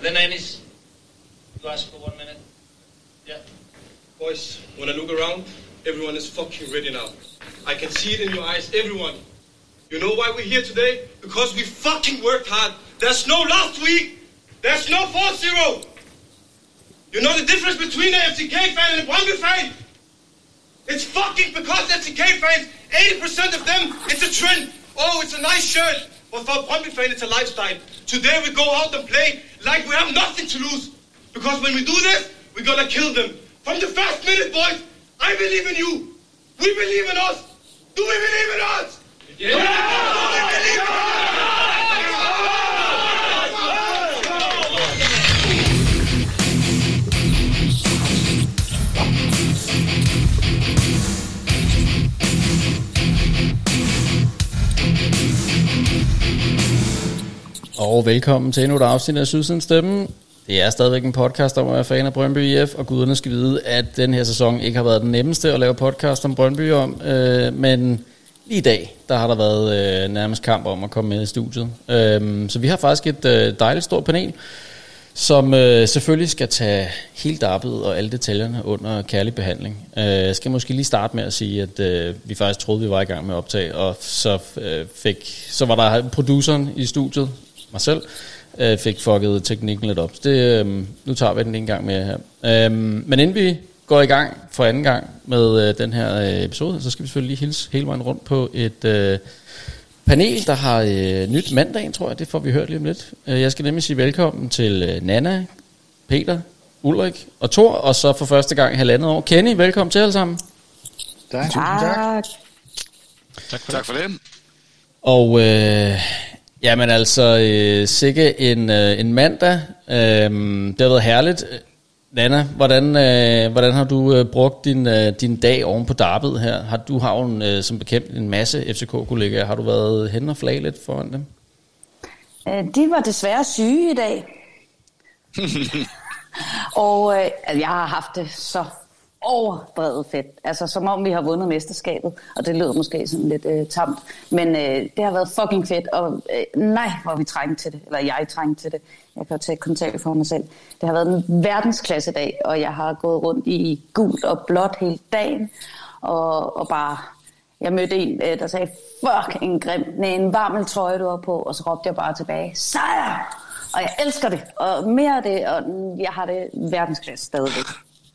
And then Anis, you ask for 1 minute. Yeah. Boys, when I look around, everyone is fucking ready now. I can see it in your eyes, everyone. You know why we're here today? Because we fucking worked hard. There's no last week. There's no 4-0. You know the difference between an FCK fan and a Brøndby fan? It's fucking because FCK fans, 80% of them, it's a trend. Oh, it's a nice shirt. But for a Brøndby fan, it's a lifestyle. Today we go out and play like we have nothing to lose. Because when we do this, we're gonna kill them. From the first minute, boys, I believe in you. We believe in us. Do we believe in us? Yeah! Do we believe in us? Og velkommen til endnu et afsnit af Sydsiden Stemmen. Det er stadigvæk en podcast om at være fan af Brøndby IF, og guderne skal vide, at den her sæson ikke har været den nemmeste at lave podcast om Brøndby om, men lige i dag, der har der været nærmest kamp om at komme med i studiet. Så vi har faktisk et dejligt stort panel, som selvfølgelig skal tage hele dabbet og alle detaljerne under kærlig behandling. Jeg skal måske lige starte med at sige, at vi faktisk troede, vi var i gang med at optage, og så var der produceren i studiet, mig selv, fik fucket teknikken lidt op. Nu tager vi den en gang mere her. Men inden vi går i gang for anden gang med den her episode, så skal vi selvfølgelig lige hilse hele vejen rundt på et panel, der har nyt mandagen, tror jeg. Det får vi hørt lige om lidt. Jeg skal nemlig sige velkommen til Nana, Peter, Ulrik og Thor, og så for første gang i 1,5 år. Kenny, velkommen til alle sammen. Tak. Tak for det. Og jamen altså, sikke en mandag. Det har været herligt. Nana, hvordan har du brugt din dag oven på darbet her? Du har jo som bekendt en masse FCK-kollegaer. Har du været hen og flage lidt foran dem? De var desværre syge i dag. Og jeg har haft det så overdrevet fedt. Altså som om vi har vundet mesterskabet. Og det lyder måske sådan lidt tamt. Men det har været fucking fedt. Og nej, hvor vi trængte til det. Eller jeg trængte til det. Jeg kan jo tage kontakt for mig selv. Det har været en verdensklasse dag. Og jeg har gået rundt i gult og blåt hele dagen. Og bare... Jeg mødte en, der sagde, fuck en varmel trøje, du har på. Og så råbte jeg bare tilbage, sejr! Og jeg elsker det. Og mere af det. Og jeg har det verdensklasse stadigvæk.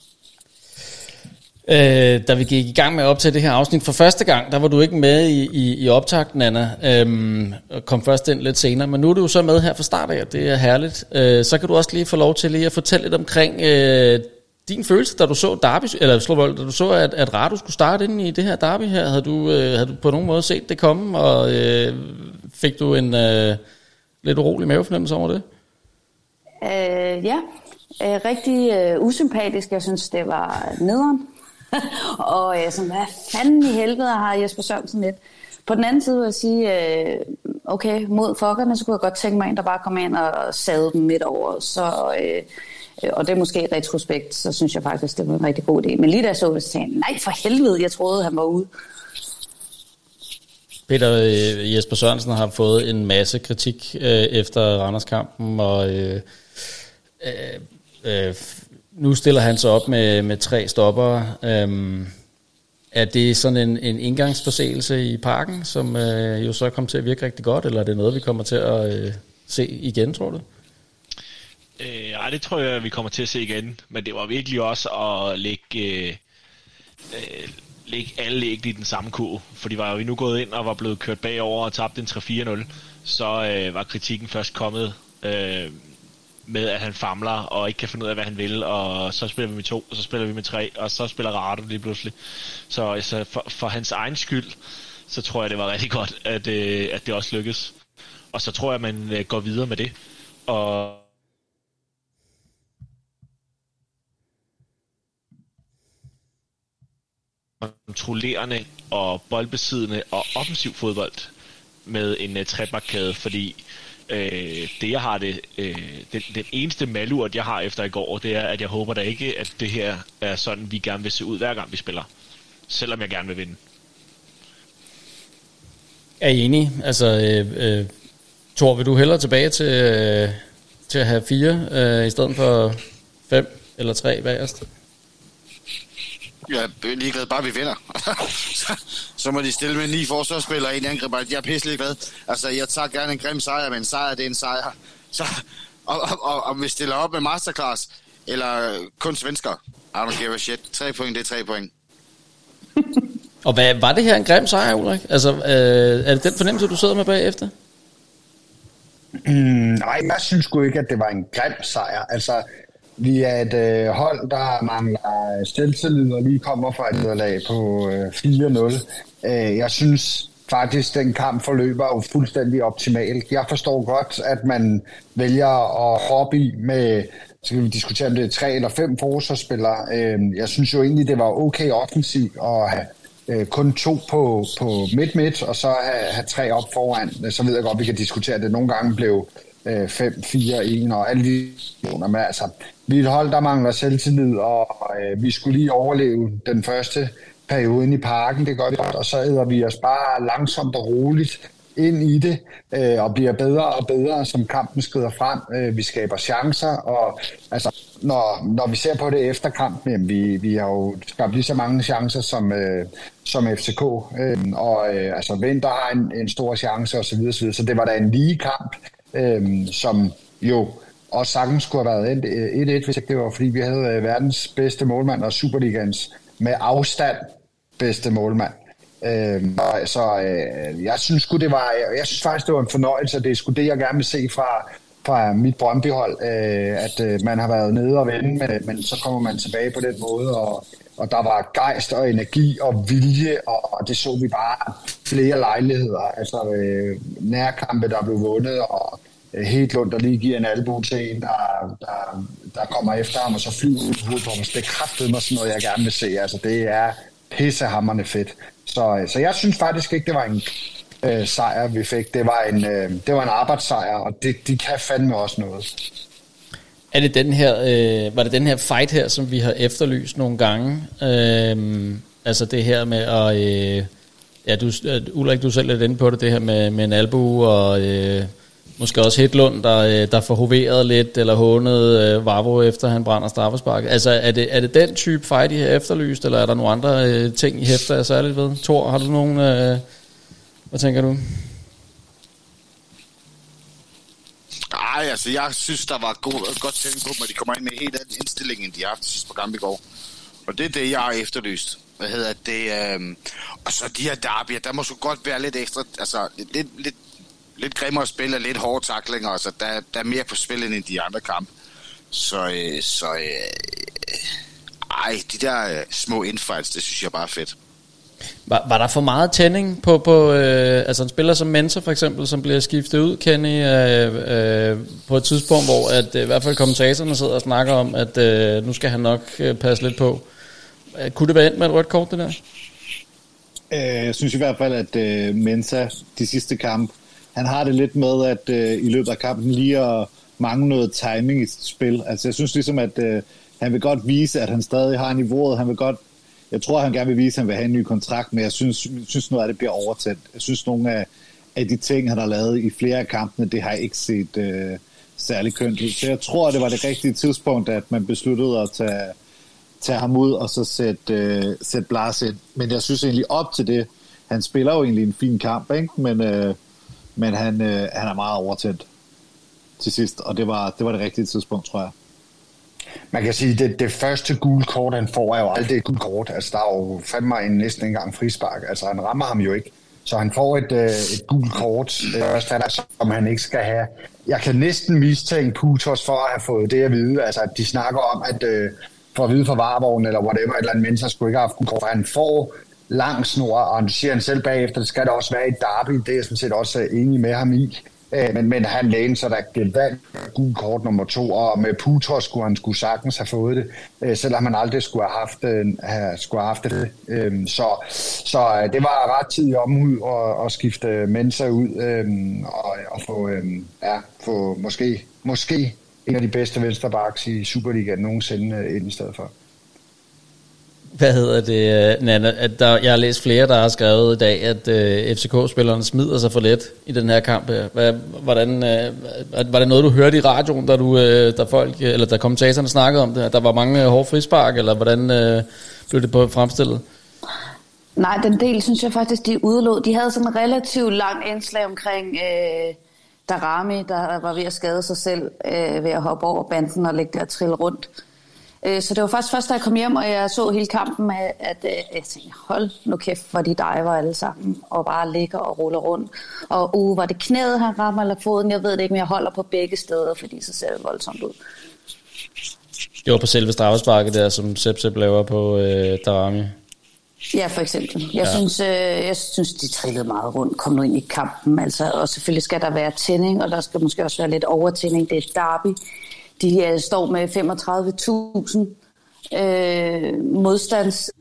Da vi gik i gang med at optage det her afsnit for første gang, der var du ikke med i optakten, Anna. Kom først ind lidt senere, men nu er du så med her fra start af, og det er herligt. Så kan du også lige få lov til lige at fortælle lidt omkring din følelse, da du så derby, eller Slåvold, da du så, at Radu skulle starte ind i det her derby her. Havde du på nogen måde set det komme, og fik du en lidt urolig mavefornemmelse over det? Ja, rigtig usympatisk. Jeg synes, det var nederen. Og sådan, hvad fanden i helvede har Jesper Sørensen lidt. På den anden side vil jeg sige, okay, mod fuckerne, så kunne jeg godt tænke mig en, der bare kom ind og sad dem midt over. Så, og det er måske et retrospekt, så synes jeg faktisk, det var en rigtig god idé. Men lige da jeg så det, så sagde jeg, nej for helvede, jeg troede, han var ude. Peter, Jesper Sørensen har fået en masse kritik efter Randers-kampen, og nu stiller han sig op med 3 stoppere. Er det sådan en indgangsforseelse i Parken, som jo så kommer til at virke rigtig godt, eller er det noget, vi kommer til at se igen, tror du? Ja, det tror jeg, vi kommer til at se igen. Men det var virkelig også at lægge alle æg i den samme kurv. For de var jo nu gået ind og var blevet kørt bagover og tabt en 3-4-0. Så var kritikken først kommet med, at han famler og ikke kan finde ud af, hvad han vil. Og så spiller vi med 2, og så spiller vi med 3, og så spiller Radu lige pludselig. Så for hans egen skyld, så tror jeg, det var rigtig godt, at det også lykkes. Og så tror jeg, at man går videre med det. Og kontrollerende og boldbesiddende og offensiv fodbold med en trebakkæde, fordi det jeg har den eneste malurt jeg har efter i går, det er, at jeg håber da ikke, at det her er sådan, vi gerne vil se ud hver gang vi spiller, selvom jeg gerne vil vinde. Er I enige? Altså, Thor, vil du hellere tilbage til til at have 4 i stedet for 5 eller 3 bagerst? Jeg er ligeglad, bare vi vinder. så må de stille med 9 forsvarsspillere og en angriber. Jeg er pisselig glad. Altså, jeg tager gerne en grim sejr, men en sejr, det er en sejr. Så, og vi stiller op med masterclass, eller kun svensker. I don't give a shit. 3 point, det er 3 point. Og hvad, var det her en grim sejr, Ulrik? Altså, er det den fornemmelse, du sidder med bagefter? Nej, jeg synes sgu ikke, at det var en grim sejr. Altså, vi er et hold, der mangler selvtillid og lige kommer fra et nederlag på 4-0. Jeg synes faktisk, den kamp forløber jo fuldstændig optimalt. Jeg forstår godt, at man vælger at hoppe i med, så kan vi diskutere om det er 3 eller 5 forsvarsspillere. Jeg synes jo egentlig, det var okay offensivt at have kun 2 på midt, og så have 3 op foran. Så ved jeg godt, vi kan diskutere, at det nogle gange blev 5, 4, 1 og alle de. Men altså, vi er et hold, der mangler selvtillid, og vi skulle lige overleve den første periode inde i parken, det gør vi godt, og så æder vi os bare langsomt og roligt ind i det, og bliver bedre og bedre, som kampen skrider frem. Vi skaber chancer, og altså, når vi ser på det efter kampen, vi har jo skabt lige så mange chancer som FCK, altså Vinter har en stor chance, og så videre, så det var da en lige kamp, som jo også sagtens skulle have været 1-1, hvis ikke det var, fordi vi havde verdens bedste målmand og Superligans med afstand bedste målmand. Jeg synes faktisk, det var en fornøjelse, og det er sgu det, jeg gerne vil se fra mit Brøndby-hold, at man har været nede og vende, men så kommer man tilbage på den måde, og der var gejst og energi og vilje, og det så vi bare flere lejligheder, altså nærkampe, der blev vundet, og Hedlund, der lige giver en albue til en, der kommer efter ham, og så flyver ud på hovedet på ham. Det er kraftedeme mig sådan noget, jeg gerne vil se. Altså, det er pissehammerende fedt. Så jeg synes faktisk ikke, det var en sejr, vi fik. Det var en arbejdssejr, og de kan fandme også noget. Er det var det den her fight her, som vi har efterlyst nogle gange? Altså det her med at... Ulrik, du selv lidt inde på det her med en albue, og måske også Hedlund, der får hoveret lidt, eller hånet Vavro, efter han brænder straffespark. Altså er det den type fight, I har efterlyst, eller er der nogle andre ting, I hæfter jer særligt ved? Thor, har du nogen... hvad tænker du? Nej, altså jeg synes, der var godt tænkt på, at de kommer ind med helt anden indstilling, end de har haft sidste på kamp i går. Og det er det, jeg har efterlyst. Og så de her derbyer, der må sgu godt være lidt ekstra, altså lidt grimmere spil og lidt hårde tacklinger, altså der er mere på spil end i de andre kampe. De der små infights, det synes jeg bare er fedt. Var der for meget tænding på altså en spiller som Mensah for eksempel, som bliver skiftet ud, Kenny, på et tidspunkt, hvor at, i hvert fald kommentatorerne sidder og snakker om, at nu skal han nok passe lidt på. Kunne det være endt med et rødt kort, det der? Jeg synes i hvert fald, at Mensah de sidste kamp, han har det lidt med, at i løbet af kampen lige at mangle noget timing i sit spil. Altså jeg synes ligesom, at han vil godt vise, at han stadig har niveauet. Jeg tror, han gerne vil vise, at han vil have en ny kontrakt, men jeg synes noget af det bliver overtændt. Jeg synes, nogle af de ting, han har lavet i flere af kampene, det har jeg ikke set særlig kønt ud. Så jeg tror, at det var det rigtige tidspunkt, at man besluttede at tage ham ud og så sætte Blas ind. Men jeg synes egentlig op til det, han spiller jo egentlig en fin kamp, ikke? Men han er meget overtændt til sidst, og det var det rigtige tidspunkt, tror jeg. Man kan sige, at det første gule kort, han får, er jo aldrig et gult kort. Altså, der er jo fandme næsten engang frispark. Altså, han rammer ham jo ikke. Så han får et gult kort, som han ikke skal have. Jeg kan næsten mistænke Putos for at have fået det at vide. Altså, at de snakker om, at for at vide fra varevognen, eller whatever, et eller andet mennesker skulle ikke have haft gult kort. Han får lang snor, og han siger han selv bagefter, det skal der også være i derby. Det er jeg sådan set også enig med ham i. Men han læner så der gevalgt gul kort nummer 2, og med Putos skulle han sagtens have fået det, selvom han aldrig skulle have haft det. Så det var ret tid i omhu at skifte Mensah ud og få måske en af de bedste venstrebacks i Superligaen nogensinde ind i stedet for. Hvad hedder det, Nana? Jeg har læst flere, der har skrevet i dag, at FCK-spillerne smider sig for let i den her kamp. Var det noget, du hørte i radioen, da kommentatorerne snakkede om det? At der var mange hårde frispark, eller hvordan blev det fremstillet? Nej, den del synes jeg faktisk, de udelod. De havde sådan en relativt lang indslag omkring Darami, der var ved at skade sig selv ved at hoppe over banden og lægge der og trille rundt. Så det var faktisk først, da jeg kom hjem, og jeg så hele kampen, at jeg tænkte, hold nu kæft, hvor de diver alle sammen, og bare ligger og ruller rundt. Og var det knæet, han rammer, eller foden? Jeg ved det ikke, men jeg holder på begge steder, fordi så ser det voldsomt ud. Det var på selve straffesparket der, som Sepp laver på Darami. Ja, for eksempel. Jeg synes, de trillede meget rundt, kom nu ind i kampen. Altså, og selvfølgelig skal der være tænding, og der skal måske også være lidt overtænding. Det er et derby. De står med 35.000 modstands.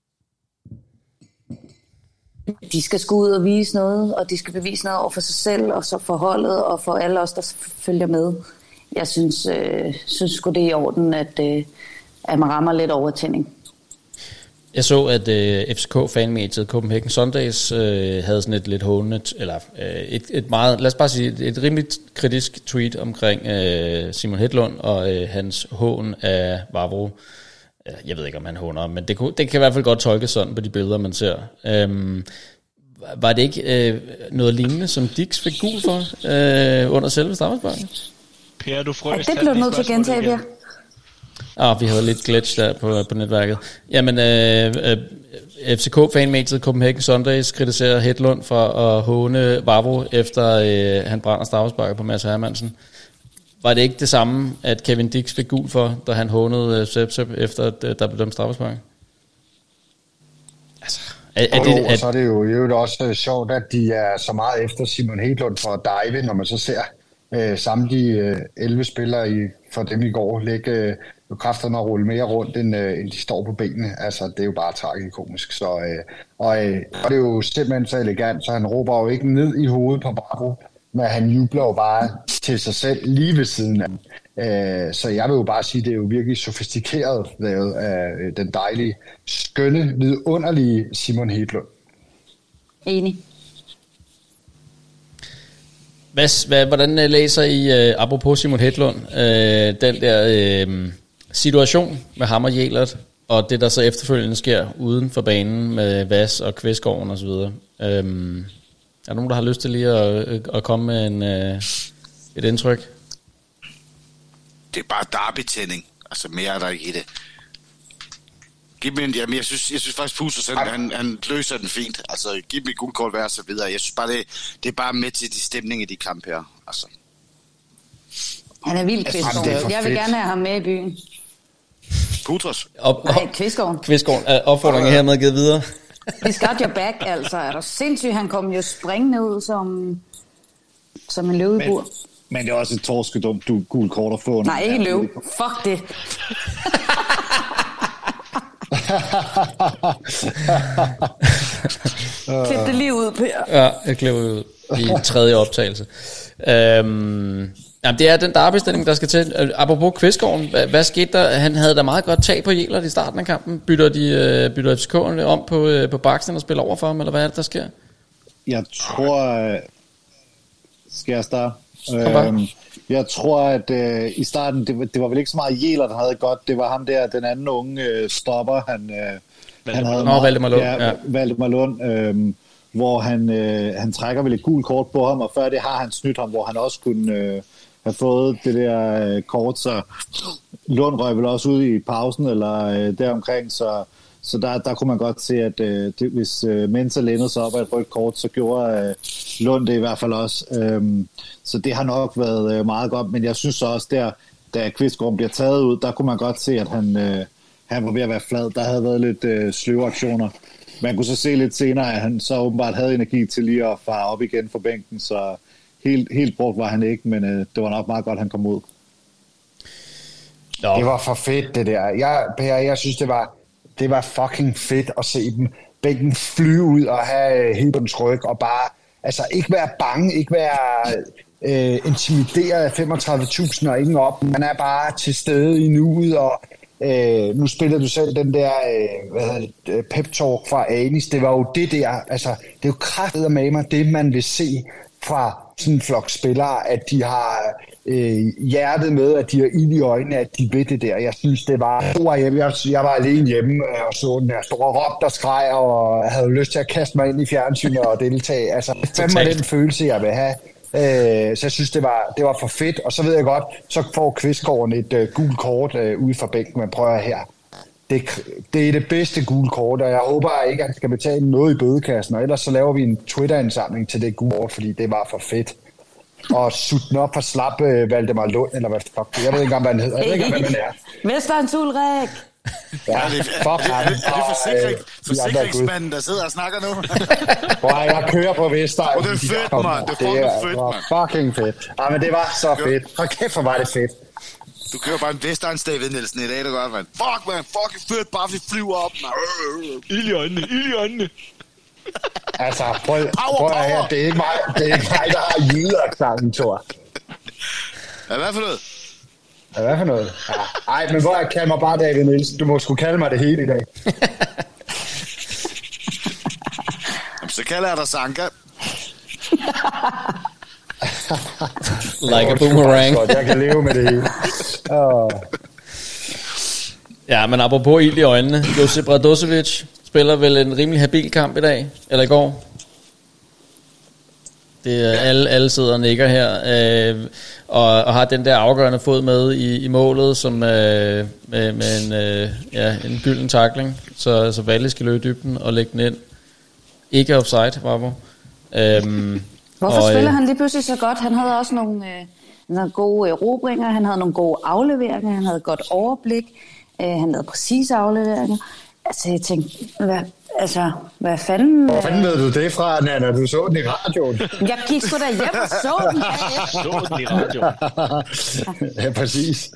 De skal gå ud og vise noget, og de skal bevise noget over for sig selv, og så for holdet, og for alle os, der følger med. Jeg synes sgu det er i orden, at man rammer lidt overtænding. Jeg så, at FCK-fanmediet Copenhagen Sundays havde sådan et lidt hånende, eller et meget, lad os bare sige, et rimeligt kritisk tweet omkring Simon Hedlund og hans hån af Vavro. Jeg ved ikke, om han håner, men det kan i hvert fald godt tolkes sådan på de billeder, man ser. Var det ikke noget lignende, som Dix fik gul for under selve straffesparken? Per, du frøs. Det blev nødt til at gentage, Per. Vi havde lidt glitch der på netværket. Jamen, FCK-fanmediet Copenhagen Sundays kritiserer Hedlund for at håne Vavro, efter han brænder straffesparket på Mads Hermansen. Var det ikke det samme, at Kevin Dix fik gul for, da han hånede Sepp efter at der blev dømt straffespark? Altså, så er det jo også sjovt, at de er så meget efter Simon Hedlund for at dive, når man så ser samtlige 11 spillere for dem i går lægge kræfterne og rulle mere rundt, end de står på benene. Altså, det er jo bare tragikomisk. Så, og det er jo simpelthen så elegant, så han råber jo ikke ned i hovedet på Vavro, men han jubler jo bare til sig selv lige ved siden af. Så jeg vil jo bare sige, det er jo virkelig sofistikeret lavet af den dejlige, skønne, vidunderlige Simon Hedlund. Enig. Hvordan læser I, apropos Simon Hedlund, den der situation med ham og Jelert, og det der så efterfølgende sker uden for banen med Vas og Kvistgården osv.? Er der nogen, der har lyst til lige at komme med et indtryk? Det er bare derby-tænding. Altså mere er der ikke i det. Jeg synes faktisk, Pustersen, han løser den fint. Altså, giv dem et guldkort hver og så videre. Jeg synes bare, det er bare med til de stemning i de kampe her. Altså. Han er vild, Kvistgården. Jeg vil gerne have ham med i byen. Putros? Nej, Kvistgården. Kvistgården er opfordringen hermed givet videre. He's got your back, altså. Er der sindssygt, han kom jo springende ud som en løvebur. Men det er også et torskedumt gul kort at få. Nej, ikke løv. Fuck det. Klip det lige ud, Per. Ja, jeg klipper ud i tredje optagelse. Jamen, det er den derbystilling, der skal til. Apropos Kvistgården, hvad skete der? Han havde da meget godt tag på Jelert i starten af kampen. Bytter FCK'erne om på baksen og spiller over for ham, eller hvad er det, der sker? Jeg tror... Skal jeg starte? Jeg tror, at i starten, det var vel ikke så meget Jelert, der havde godt. Det var ham der, den anden unge stopper, han havde... Valdemar Lund. Ja, Valdemar Lund, hvor han trækker vel et gult kort på ham, og før det har han snydt ham, hvor han også kunne have fået det der kort, så Lund røg vel også ud i pausen, eller deromkring, så der kunne man godt se, at hvis Mensa lænede sig op af et rødt kort, så gjorde Lund det i hvert fald også. Så det har nok været meget godt, men jeg synes så også, da Kvistgården bliver taget ud, der kunne man godt se, at han var ved at være flad. Der havde været lidt sløve aktioner. Man kunne så se lidt senere, at han så åbenbart havde energi til lige at fare op igen fra bænken, så helt brugt var han ikke, men det var nok meget godt, han kom ud. Det var for fedt, det der. Jeg synes, det var fucking fedt at se dem begge flyve ud og have Hedlunds ryg, og bare altså ikke være bange, ikke være intimideret af 35.000 og ingen op. Man er bare til stede i nuet, og nu spillede du selv den der pep talk fra Anis. Det var jo det der, altså det er jo kraftedeme det, man vil se fra sådan en flok spillere, at de har hjertet med, at de har ild i øjnene, at de ved det der. Jeg synes, det var... Jeg var alene hjemme og så den her store råb, der skreg, og havde lyst til at kaste mig ind i fjernsynet og deltage. Altså, hvad var den følelse, jeg vil have? Så jeg synes, det var for fedt. Og så ved jeg godt, så får Kvistgården et gult kort ude fra bænken, man prøver her. Det er det bedste gule kort, og jeg håber ikke, at han skal betale noget i bødekassen, og ellers så laver vi en Twitter-indsamling til det gule kort, fordi det var for fedt. Og sutte den op for slap Valdemar Lund, eller hvad fuck. Jeg ved ikke engang, hvad han hedder. Jeg ved ikke engang, hvad han er. Vesterens Ulrik! Ja, er det forsikringsmanden, der sidder og snakker nu? Hvor jeg kører på Vestegn. Det er fedt, mand. Det er fedt, mand. Fucking fedt. Ja, men det var så fedt. Hold kæft, hvor var det fedt. Du kører bare en Vestegns David Nielsen i dag, det gør, mand. Fuck, man. Fucking fedt, bare vi flyver op, mand. Ild i øjnene. Altså, prøv at her. Det er ikke mig, der har jydeaksangen, Thor. Ja, hvad for noget? Ja, hvad for noget? Ja. Ej, men hvor jeg kalder mig bare David Nielsen. Du må sgu kalde mig det hele i dag. Jamen, så kalder jeg dig Sanka. Like a boomerang. Jeg kan leve med det hele. Ja, men apropos ild i øjnene. Josip Radosevic spiller vel en rimelig habil kamp i dag, eller i går. Det er alle sidder og nikker her, og har den der afgørende fod med i målet, som med en gylden tackling, så Valle skal løbe dybden og lægge den ind. Ikke offside, Bravo. Hvorfor spiller han lige pludselig så godt? Han havde også nogle gode erobringer, han havde nogle gode afleveringer, han havde godt overblik, han havde præcise afleveringer. Altså, jeg tænkte, hvad fanden... Hvor fanden ved du det fra, Nana? Du så den i radioen. Jeg gik sgu da hjem og så den. Så den i radioen. Ja, præcis.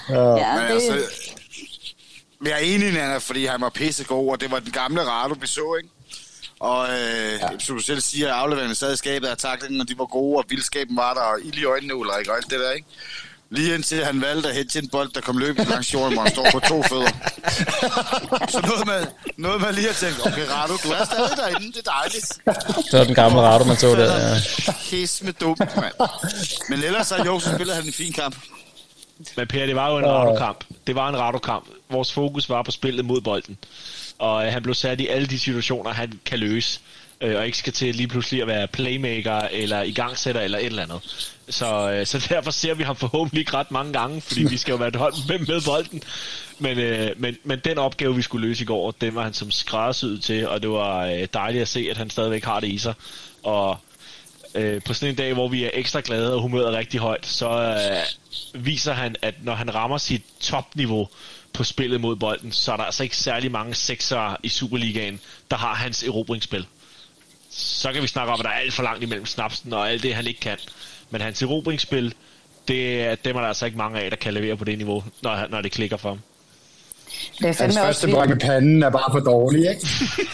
Men jeg er enig, Nana, fordi han var pissegod, og det var den gamle Rado, vi så, ikke? Og som du selv siger, afleveringen sad i skabet af taklingen, og de var gode, og vildskaben var der, og ild i øjnene, Ulrik, og alt det der, ikke? Lige indtil han valgte at hætte til en bold, der kom løbende langs jorden, hvor han står på 2 fødder. Så noget man lige har tænkt, okay, Rado, du er stadig derinde, det er dejligt. Så er den gamle Rado, man så der, ja. Hæs med dumt, mand. Men ellers så spiller han en fin kamp. Men Per, det var jo en Rado-kamp. Det var en Rado-kamp. Vores fokus var på spillet mod bolden. Og han blev sat i alle de situationer, han kan løse. Og ikke skal til lige pludselig at være playmaker, eller igangsætter, eller et eller andet. Så derfor ser vi ham forhåbentlig ikke ret mange gange, fordi vi skal jo være et hold med bolden. Men den opgave, vi skulle løse i går, den var han som skræddersyet til, og det var dejligt at se, at han stadigvæk har det i sig. Og på sådan en dag, hvor vi er ekstra glade, og humøret er rigtig højt, så viser han, at når han rammer sit topniveau på spillet mod bolden, så er der altså ikke særlig mange seksere i Superligaen, der har hans erobringsspil. Så kan vi snakke om, at der er alt for langt imellem snapsen og alt det, han ikke kan. Men hans erobringsspil, dem er der altså ikke mange af, der kan levere på det niveau, når det klikker for ham. Det er hans første bold med panden er bare for dårlig, ikke?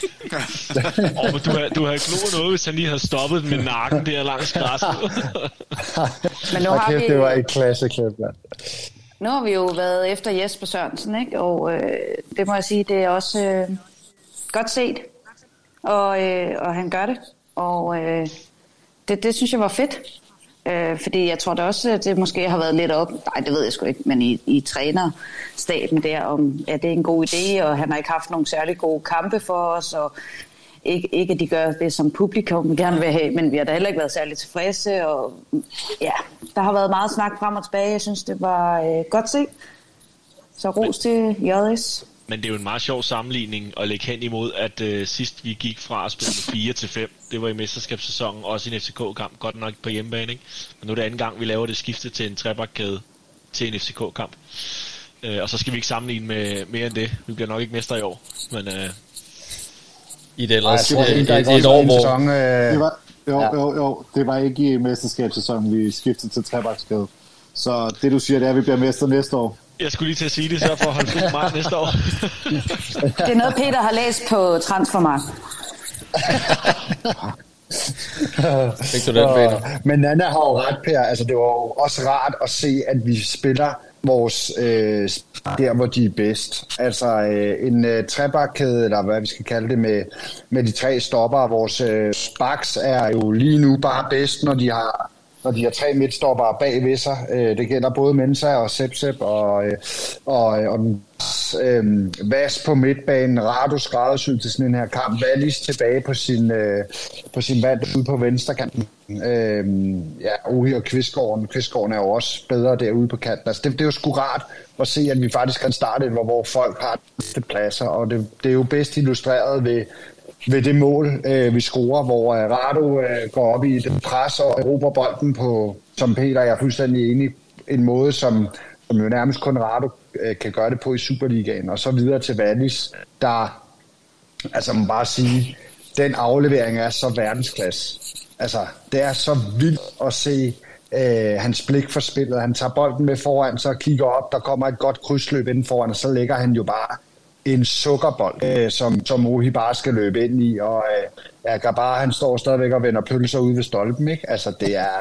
Du havde kloet noget, hvis han lige havde stoppet med nakken der langs græsset. Men nu har vi... Det var et klasseklip, mand. Nu har vi jo været efter Jesper Sørensen, ikke? Og det må jeg sige, det er også godt set. Og han gør det. Og det synes jeg var fedt. Fordi jeg tror da også, at det måske har været lidt op. Nej, det ved jeg sgu ikke. Men i trænerstaben der, om det er en god idé, og han har ikke haft nogle særlig gode kampe for os, og ikke at de gør det, som publikum gerne vil have, men vi har da heller ikke været særlig tilfredse, og ja, der har været meget snak frem og tilbage. Jeg synes, det var godt set. Så ros til JS. Men det er jo en meget sjov sammenligning at lægge hen imod, at sidst vi gik fra at spille med 4-5, det var i mesterskabssæsonen, også i en FCK-kamp, godt nok på hjemmebane, ikke? Men nu er det anden gang, vi laver det skifte til en trebakkæde til en FCK-kamp. Og så skal vi ikke sammenligne med mere end det. Vi bliver nok ikke mester i år, men... I det ellers et år, hvor... Det var ikke i mesterskabssæsonen, vi skiftede til trebakkæde. Så det du siger, det er, at vi bliver mester næste år. Jeg skulle lige til at sige det, så for at holde fri mig næste år. Det er noget, Peter har læst på Transfermarkt. Men Nana har jo ret, Per. Altså, det var jo også rart at se, at vi spiller vores der, hvor de er bedst. Altså en trebakkæde, eller hvad vi skal kalde det, med de 3 stopper. Vores backs er jo lige nu bare bedst, når de har 3 midtstoppere bag ved sig. Det gælder både Mensah og Sepsep og Vas på midtbanen. Rado skræddersyd til sådan en her kamp. Wallis tilbage på sin vand ude på venstrekanten. Ohi og Kvistgården. Kvistgården er jo også bedre derude på kanten. Altså det er jo sgu rart at se, at vi faktisk kan starte, hvor folk har de pladser, og det er jo bedst illustreret ved det mål, vi scorer, hvor Rado går op i det pres og erobrer bolden på, som Peter er fuldstændig enig, en måde, som jo nærmest kun Rado kan gøre det på i Superligaen, og så videre til Wallis, der, altså man bare sige, den aflevering er så verdensklasse. Altså, det er så vildt at se hans blik for spillet. Han tager bolden med foran, så kigger op, der kommer et godt krydsløb inden foran, og så lægger han jo bare en sukkerbold, som Ohi bare skal løbe ind i, og Grabar, han står stadigvæk og vender pølser ude ved stolpen, ikke? Altså,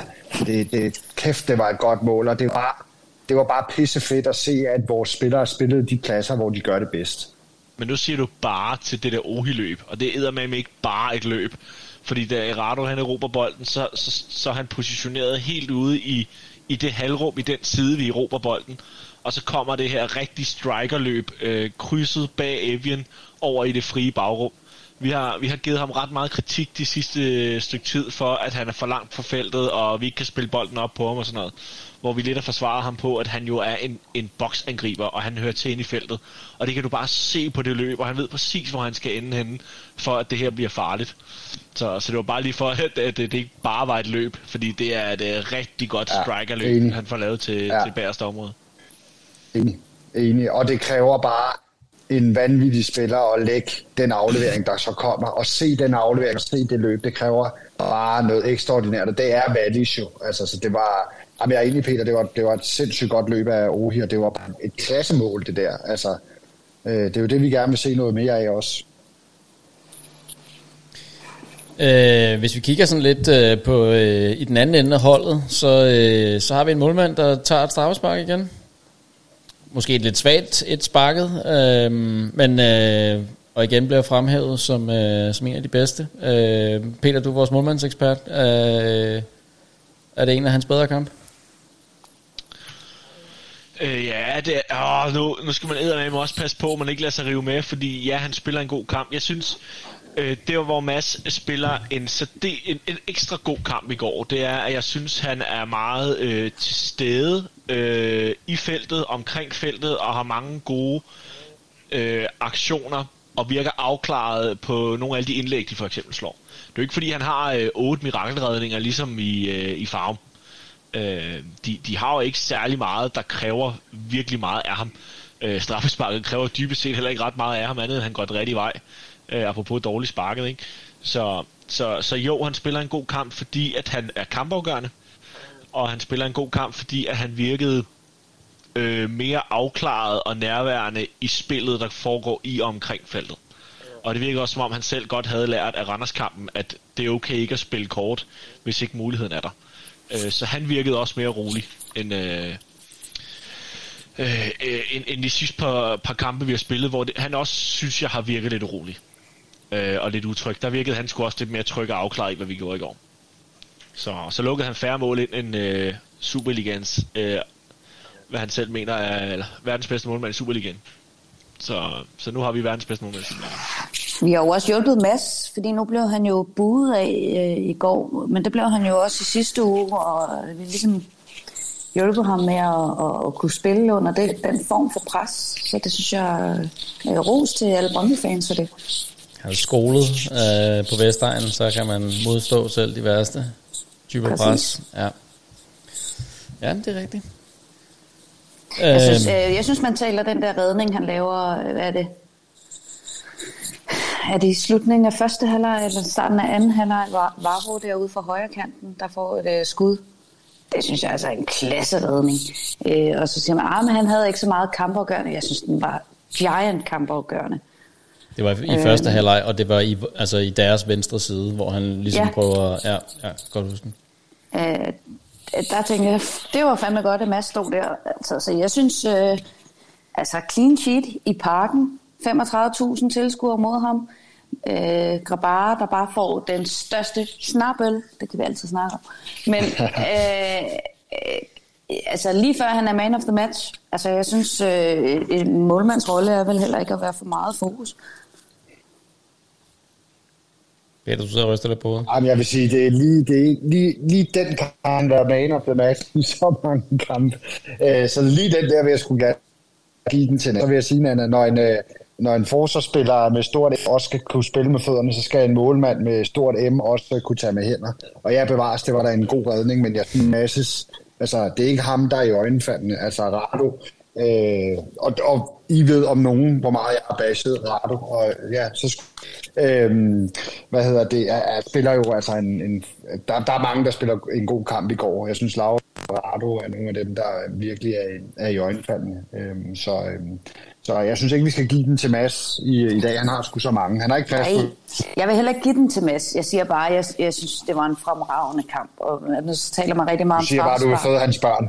kæft, det var et godt mål, og det var bare pissefedt at se, at vores spillere spillede de pladser, hvor de gør det bedst. Men nu siger du bare til det der Ohi-løb, og det er eddermame ikke bare et løb, fordi da Rado han erobrer bolden, så er han positioneret helt ude i det halvrum, i den side, vi erobrer bolden, og så kommer det her rigtig strikerløb, krydset bag Evian over i det frie bagrum. Vi har givet ham ret meget kritik de sidste stykke tid for, at han er for langt fra feltet, og vi ikke kan spille bolden op på ham og sådan noget. Hvor vi lidt har forsvaret ham på, at han jo er en boksangriber, og han hører til ind i feltet. Og det kan du bare se på det løb, og han ved præcis, hvor han skal ende henne, for at det her bliver farligt. Så det var bare lige for, at det ikke bare var et løb, fordi det er et rigtig godt strikerløb, han får lavet til bagerste område. Enig. Og det kræver bare en vanvittig spiller at lægge den aflevering, der så kommer, og se den aflevering, og se det løb. Det kræver bare noget ekstraordinært, og det er Wallis jo. Altså, så det var... Jamen, jeg er enig, Peter, det var et sindssygt godt løb af Ohi, og det var et klassemål, det der. Altså, det er jo det, vi gerne vil se noget mere af også. Hvis vi kigger sådan lidt på i den anden ende af holdet, så har vi en målmand, der tager et straffespark igen. Måske et lidt svagt et sparket, men og igen bliver fremhævet som en af de bedste. Peter, du er vores målmandsekspert. Er det en af hans bedre kamp? Ja, det er, nu skal man eddermame også passe på, at man ikke lader sig rive med, fordi ja, han spiller en god kamp. Jeg synes, det hvor Mads spiller en ekstra god kamp i går, det er, at jeg synes, han er meget til stede i feltet, omkring feltet, og har mange gode aktioner, og virker afklaret på nogle af alle de indlæg, de for eksempel slår. Det er jo ikke, fordi han har 8 mirakelredninger, ligesom i Farum. De har jo ikke særlig meget, der kræver virkelig meget af ham. Straffesparket kræver dybest set heller ikke ret meget af ham, andet end han går den rigtige vej. Apropos dårligt sparket, ikke? Så jo, han spiller en god kamp, fordi at han er kampafgørende, og han spiller en god kamp, fordi at han virkede mere afklaret og nærværende i spillet, der foregår i og omkring feltet. Og det virker også, som om han selv godt havde lært af Randerskampen, at det er okay ikke at spille kort, hvis ikke muligheden er der. Så han virkede også mere rolig end de sidste par kampe, vi har spillet, hvor han også, synes jeg, har virket lidt urolig. Og lidt utryg. Der virkede han sgu også lidt mere tryg og afklaret i, hvad vi gjorde i går. Så lukkede han færre mål ind end Superligans, hvad han selv mener er verdens bedste målmand i Superligaen. Så nu har vi verdens bedste målmand i Superligaen. Vi har jo også hjulpet Mads, fordi nu blev han jo buet af i går, men det blev han jo også i sidste uge, og vi ligesom hjulpet ham med at kunne spille under den form for pres. Så det synes jeg er ros til alle Brøndby-fans for det. Har du skolet på Vestegnen, så kan man modstå selv de værste typer pres. Ja, det er rigtigt. Jeg synes, man taler den der redning, han laver, hvad er det? Er det i slutningen af første halvleg eller starten af anden halvleg, Vavro derude fra højre kanten, der får et skud? Det synes jeg altså er en klasseredning. Og så siger man, men han havde ikke så meget kampafgørende. Jeg synes, den var giant kampafgørende. Det var i første halvleg, og det var i deres venstre side, hvor han ligesom prøver... Ja, godt huske. der tænkte jeg, det var fandme godt, at Mads stod der. Altså, så jeg synes, clean sheet i Parken, 35.000 tilskuere mod ham. Grabara, der bare får den største snapøl, det kan vi altid snakke om. Men lige før han er man of the match, altså jeg synes, en målmandsrolle er vel heller ikke at være for meget fokus. Peter, du sidder og ryster lidt på hovedet. Jamen, jeg vil sige, det er lige den kamp, der er man of the match i så mange kampe. Så lige den der vil jeg sgu gerne give den til. Så vil jeg sige, at når en forsvarsspiller med stort M også skal kunne spille med fødderne, så skal en målmand med stort M også kunne tage med hænder. Og jeg bevares, det var da en god redning, men jeg synes Masses, altså det er ikke ham, der er i øjenfaldene, altså Rado. Og I ved om nogen, hvor meget jeg har bashed Rado. Og ja, så spiller jo altså der er mange, der spiller en god kamp i går. Jeg synes, Laura Rado er nogle af dem, der virkelig er i øjenfaldene. Så jeg synes ikke, vi skal give den til Mads i dag. Han har sgu så mange. Han har ikke plads på. Jeg vil heller ikke give den til Mads. Jeg siger bare, jeg synes, det var en fremragende kamp. Og nu taler man rigtig meget om straffespark. Du siger bare, du har fået hans børn.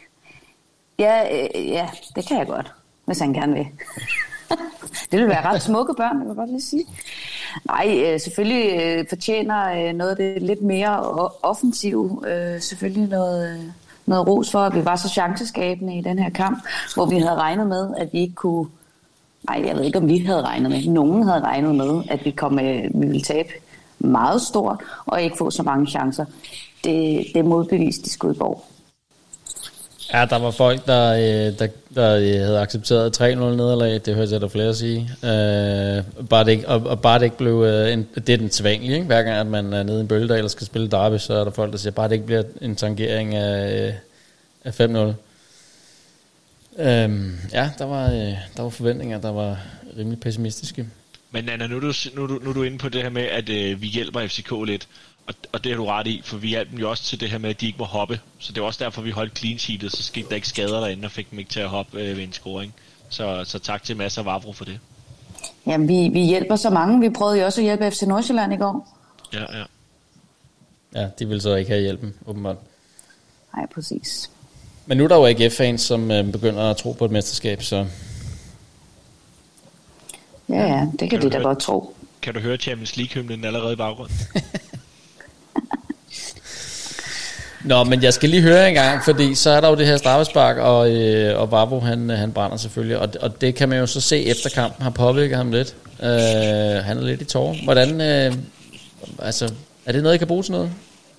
Ja, det kan jeg godt, hvis han gerne vil. Det vil være ret smukke børn, jeg vil godt lige sige. Nej, selvfølgelig fortjener noget af det lidt mere offensiv. Selvfølgelig noget ros for, at vi var så chanceskabende i den her kamp, hvor vi havde regnet med, at vi ikke kunne... Nej, jeg ved ikke, om vi havde regnet med. Nogen havde regnet med, at vi ville tabe meget stort og ikke få så mange chancer. Det modbeviste de Skudborg. Ja, der var folk, der havde accepteret 3-0 nederlag, det hørte jeg der flere sige. Bare det ikke blev, det er den sædvanlige, ikke? Hver gang at man er nede i en bølgedal og skal spille derby, så er der folk, der siger, bare det ikke bliver en tangering af 5-0. Der var forventninger, der var rimelig pessimistiske. Men Anna, nu er du inde på det her med, at vi hjælper FCK lidt. Og det har du ret i, for vi hjalp dem jo også til det her med, at de ikke må hoppe. Så det var også derfor, vi holdt clean sheetet, så skete der ikke skader derinde, og fik dem ikke til at hoppe ved en scoring. Så tak til Mads og Vavro for det. Jamen, vi hjælper så mange. Vi prøvede jo også at hjælpe FC Nordsjælland i går. Ja. Ja, de vil så ikke have hjælpen, åbenbart. Nej, præcis. Men nu er der jo AGF-fans, som begynder at tro på et mesterskab, så... Ja, det kan de da godt tro. Kan du høre Champions League-hymnen allerede i baggrunden? Nå, men jeg skal lige høre en gang, fordi så er der jo det her straffespark, og Vavro, han brænder selvfølgelig, og det kan man jo så se efter kampen, har påvirket ham lidt. Han er lidt i tårer. Hvordan, er det noget, I kan bruge til noget?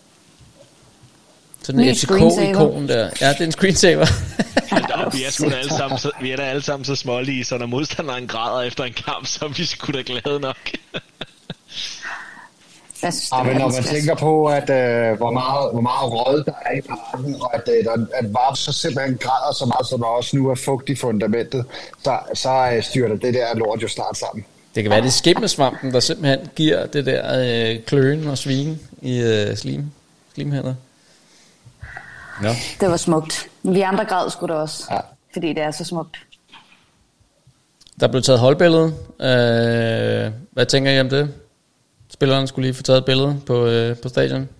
Sådan en FCK-ikon der. Ja, det er en screensaver. Vi er da alle sammen så smålige, så når modstanderen græder efter en kamp, så er vi sgu da glade nok. Men når man tænker på, at hvor meget rød der er i parken, og at Varp så simpelthen græder så meget, som der også nu er fugt i fundamentet, så styrter det der lort jo snart sammen. Det kan være, det er skimmelsvampen, der simpelthen giver det der kløen og svigen i slimhænder. No. Det var smukt. Vi andre græd sgu da også, fordi det er så smukt. Der blev taget holdbillede. Hvad tænker I om det? Spillerne skulle lige få taget et billede på stadion.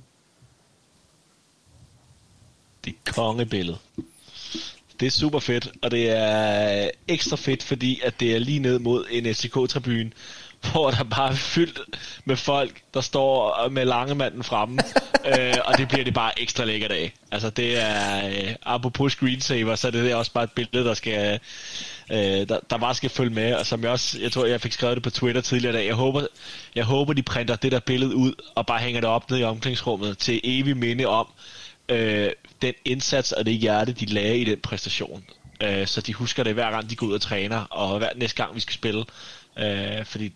Det er kongebillede. Det er super fedt, og det er ekstra fedt, fordi at det er lige ned mod en FCK-tribune, hvor der bare er fyldt med folk, der står med langemanden fremme, og det bliver det bare ekstra lækkert af. Altså det er, apropos screensaver, så er det også bare et billede, der skal... der bare skal følge med, og som jeg tror jeg fik skrevet det på Twitter tidligere i dag. Jeg håber de printer det der billede ud og bare hænger det op ned i omklædningsrummet til evig minde om den indsats og det hjerte de lagde i den præstation, så de husker det hver gang de går ud og træner, og næste gang vi skal spille, fordi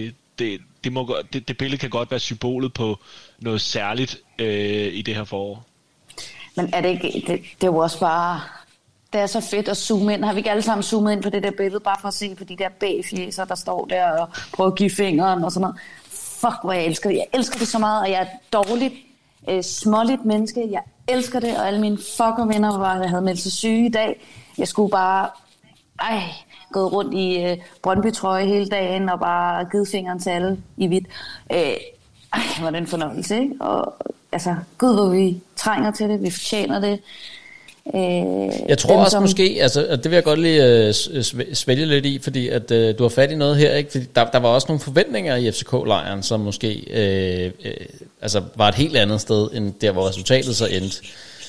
det billede kan godt være symbolet på noget særligt i det her forår. Men er det ikke det er jo også bare... Det er så fedt at zoome ind. Har vi ikke alle sammen zoomet ind på det der billede, bare for at se på de der bagfjæser, der står der og prøver at give fingeren og sådan noget. Fuck, hvor jeg elsker det. Jeg elsker det så meget, og jeg er et dårligt, småligt menneske. Jeg elsker det, og alle mine fuckervenner havde meldt sig syge i dag. Jeg skulle bare gået rundt i Brøndby-trøje hele dagen og bare givet fingeren til alle i hvidt. Hvor er det en fornøjelse, ikke? Og altså, gud, hvor vi trænger til det, vi fortjener det. Jeg tror også måske, altså, at det vil jeg godt lige svælge lidt i, fordi at du har fat i noget her, ikke? Fordi der var også nogle forventninger i FCK-lejren, som måske altså var et helt andet sted, end der, hvor resultatet så endte.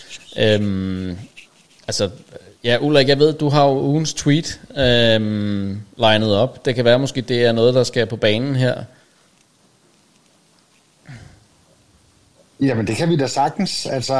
Altså, ja, Ulrik, jeg ved, du har jo ugens tweet legnet op. Det kan være, måske det er noget, der skal på banen her. Jamen, det kan vi da sagtens. Altså,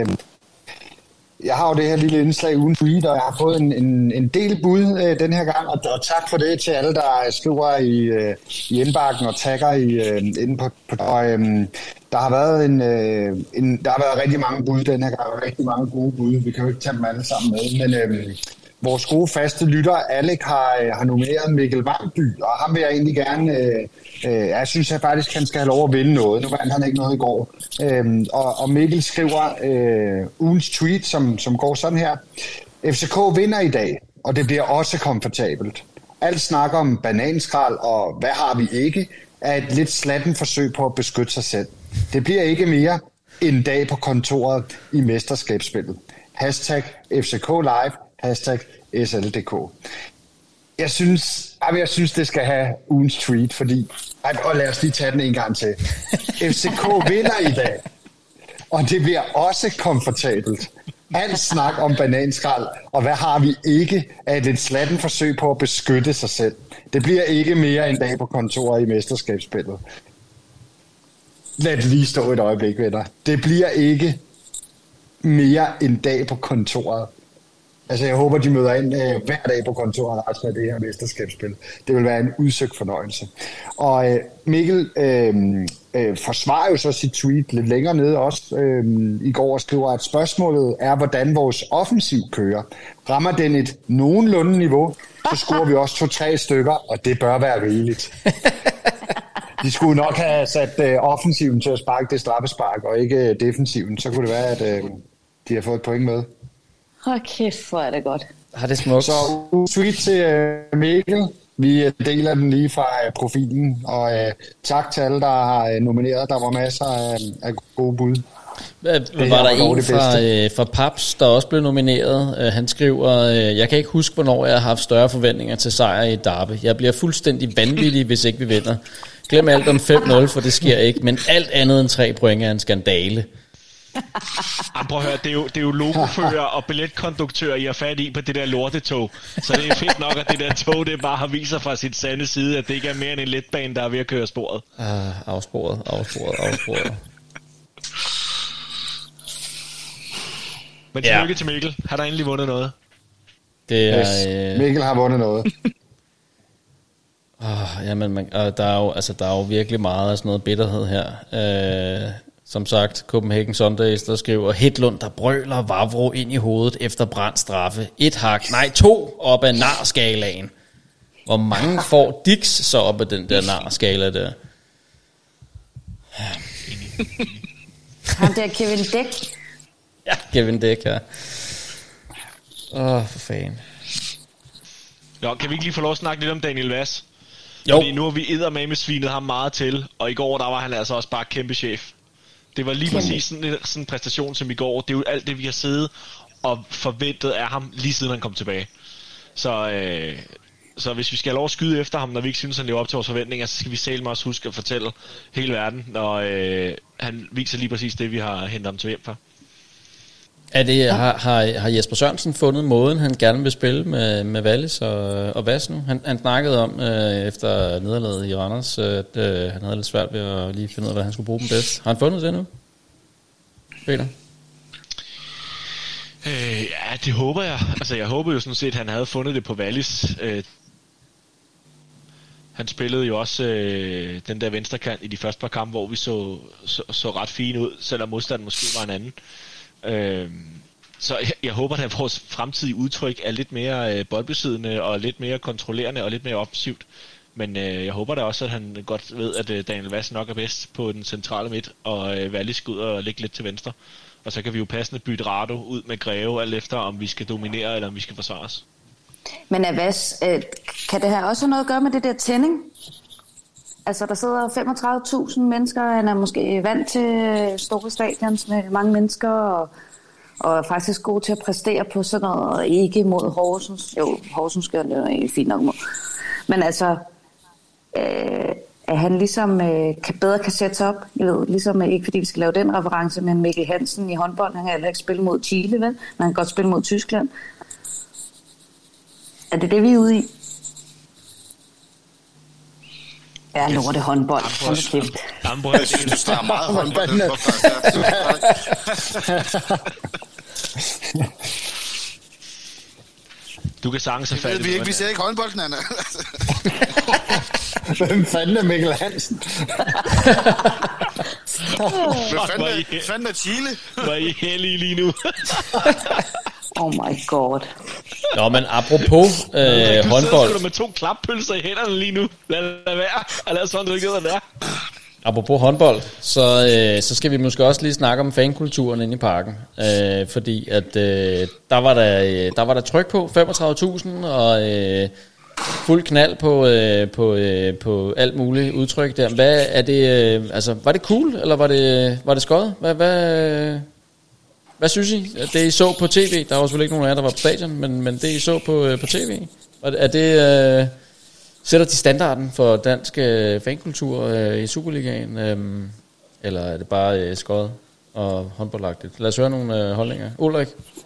jeg har jo det her lille indslag uden tweet, og jeg har fået en del bud den her gang, og tak for det til alle, der skriver i indbakken og tagger inde på der har været der har været rigtig mange bud den her gang, og rigtig mange gode bud. Vi kan jo ikke tage dem alle sammen med, men vores gode faste lytter, Alec, har nomineret Mikkel Vangby, og ham vil jeg egentlig gerne... jeg synes jeg faktisk, han skal have lov at vinde noget. Nu vandt han ikke noget i går. Og Mikkel skriver ugens tweet, som går sådan her. FCK vinder i dag, og det bliver også komfortabelt. Alt snakker om bananskrald, og hvad har vi ikke, er et lidt slatten forsøg på at beskytte sig selv. Det bliver ikke mere en dag på kontoret i mesterskabsspillet. #FCK Live, #SLDK. Jeg synes, det skal have ugens tweet, fordi... Og lad os lige tage den en gang til. FCK vinder i dag, og det bliver også komfortabelt. Alt snak om bananskrald, og hvad har vi ikke, er et lidt slatten forsøg på at beskytte sig selv. Det bliver ikke mere en dag på kontoret i mesterskabsspillet. Lad det lige stå et øjeblik, venner. Det bliver ikke mere en dag på kontoret. Altså, jeg håber, de møder ind hver dag på kontoret resten af det her mesterskabsspil. Det vil være en udsøgt fornøjelse. Og Mikkel forsvarer jo så sit tweet lidt længere nede også i går og skriver, at spørgsmålet er, hvordan vores offensiv kører. Rammer den et nogenlunde niveau, så scorer vi også 2-3 stykker, og det bør være rigeligt. De skulle nok have sat offensiven til at sparke det straffespark, og ikke defensiven. Så kunne det være, at de har fået et point med. Hold kæft, hvor er det godt. Har det smukt. Så tweet til Mikkel. Vi deler den lige fra profilen, og tak til alle, der har nomineret. Der var masser af gode bud. Var der en fra Paps, der også blev nomineret? Han skriver, jeg kan ikke huske, hvornår jeg har haft større forventninger til sejr i Derby. Jeg bliver fuldstændig vanvittig, hvis ikke vi vinder. Glem alt om 5-0, for det sker ikke, men alt andet end 3 point er en skandale. Prøv at høre, det er jo logofører og billetkonduktør, I har fat i på det der lortetog. Så det er fedt nok, at det der tog, det bare har vist sig fra sit sande side, at det ikke er mere end en letbane, der er ved at køre sporet. Afsporet. Men tillykke til Mikkel. Har der endelig vundet noget? Det er, Mikkel har vundet noget. Jamen, der er jo virkelig meget af sådan noget bitterhed her. Som sagt, Copenhagen Sundays, der skriver, Hedlund, der brøler Vavro ind i hovedet efter brændt straffe. 2 op ad narskalaen. Hvor mange får Dix så op ad den der narskala der? Ham der Kevin Dæk. Ja, Kevin Dæk, ja. For fanden. Nå, kan vi ikke lige få lov at snakke lidt om Daniel Vass? Jo. Fordi nu har vi eddermame svinet ham meget til, og i går, der var han altså også bare kæmpe chef. Det var lige præcis sådan en præstation som i går. Det er jo alt det, vi har siddet og forventet af ham, lige siden han kom tilbage. Så hvis vi skal have lov at skyde efter ham, når vi ikke synes, han lever op til vores forventninger, så skal vi selv også huske at fortælle hele verden, når han viser lige præcis det, vi har hentet ham til hjem for. Er det, har Jesper Sørensen fundet måden, han gerne vil spille med Wallis og Vass nu? Han snakkede om, efter nederlaget i Randers, at han havde lidt svært ved at lige finde ud af, hvad han skulle bruge dem bedst. Har han fundet det nu, Peter? Ja, det håber jeg. Altså, jeg håber jo sådan set, at han havde fundet det på Wallis. Han spillede jo også den der venstrekant i de første par kampe, hvor vi så ret fine ud, selvom modstanden måske var en anden. Så jeg håber, at vores fremtidige udtryk er lidt mere boldbesiddende og lidt mere kontrollerende og lidt mere offensivt. Men jeg håber da også, at han godt ved, at Daniel Vass nok er bedst på den centrale midt, og Wallis skal ud og ligge lidt til venstre. Og så kan vi jo passende bytte Rado ud med Greve, alt efter om vi skal dominere eller om vi skal forsvare os. Men Vass, kan det her også have noget at gøre med det der tænding? Altså, der sidder 35.000 mennesker. Han er måske vant til store stadions med mange mennesker, og er faktisk god til at præstere på sådan noget, og ikke mod Horsens. Jo, Horsens gør det jo fint nok mod. Men altså, at han ligesom bedre kan sætte sig op. Jeg ved, ligesom ikke fordi vi skal lave den reference, men Mikkel Hansen i håndbold, han kan heller ikke spille mod Chile, vel? Men han kan godt spille mod Tyskland. Er det vi er ude i? Ja, lorte håndbold. Hold kæft. Jeg synes, der er meget håndbold. Du kan sagtens have fat i vi ser ikke håndbolden, Anna. Hvem fanden er Mikkel Hansen? Hvad fanden er Chile? Hvor er I heldige lige nu? Oh my god. Nå, men apropos håndbold. Du med 2 klappølser i hænderne lige nu. Lad være. Og lad sådan, du ikke ved, hvad det er. Apropos håndbold, så skal vi måske også lige snakke om fankulturen inde i parken. Fordi at der var der tryk på 35.000 og fuld knald på alt muligt udtryk der. Hvad er det? Altså, var det cool, eller var det skøjet? Hvad synes I? Det I så på tv, der var selvfølgelig ikke nogen af jer, der var på stadion, men det I så på tv, er det sætter de standarden for dansk fankultur i Superligaen, eller er det bare skøjet og håndboldagtigt? Lad os høre nogle holdninger. Ulrik?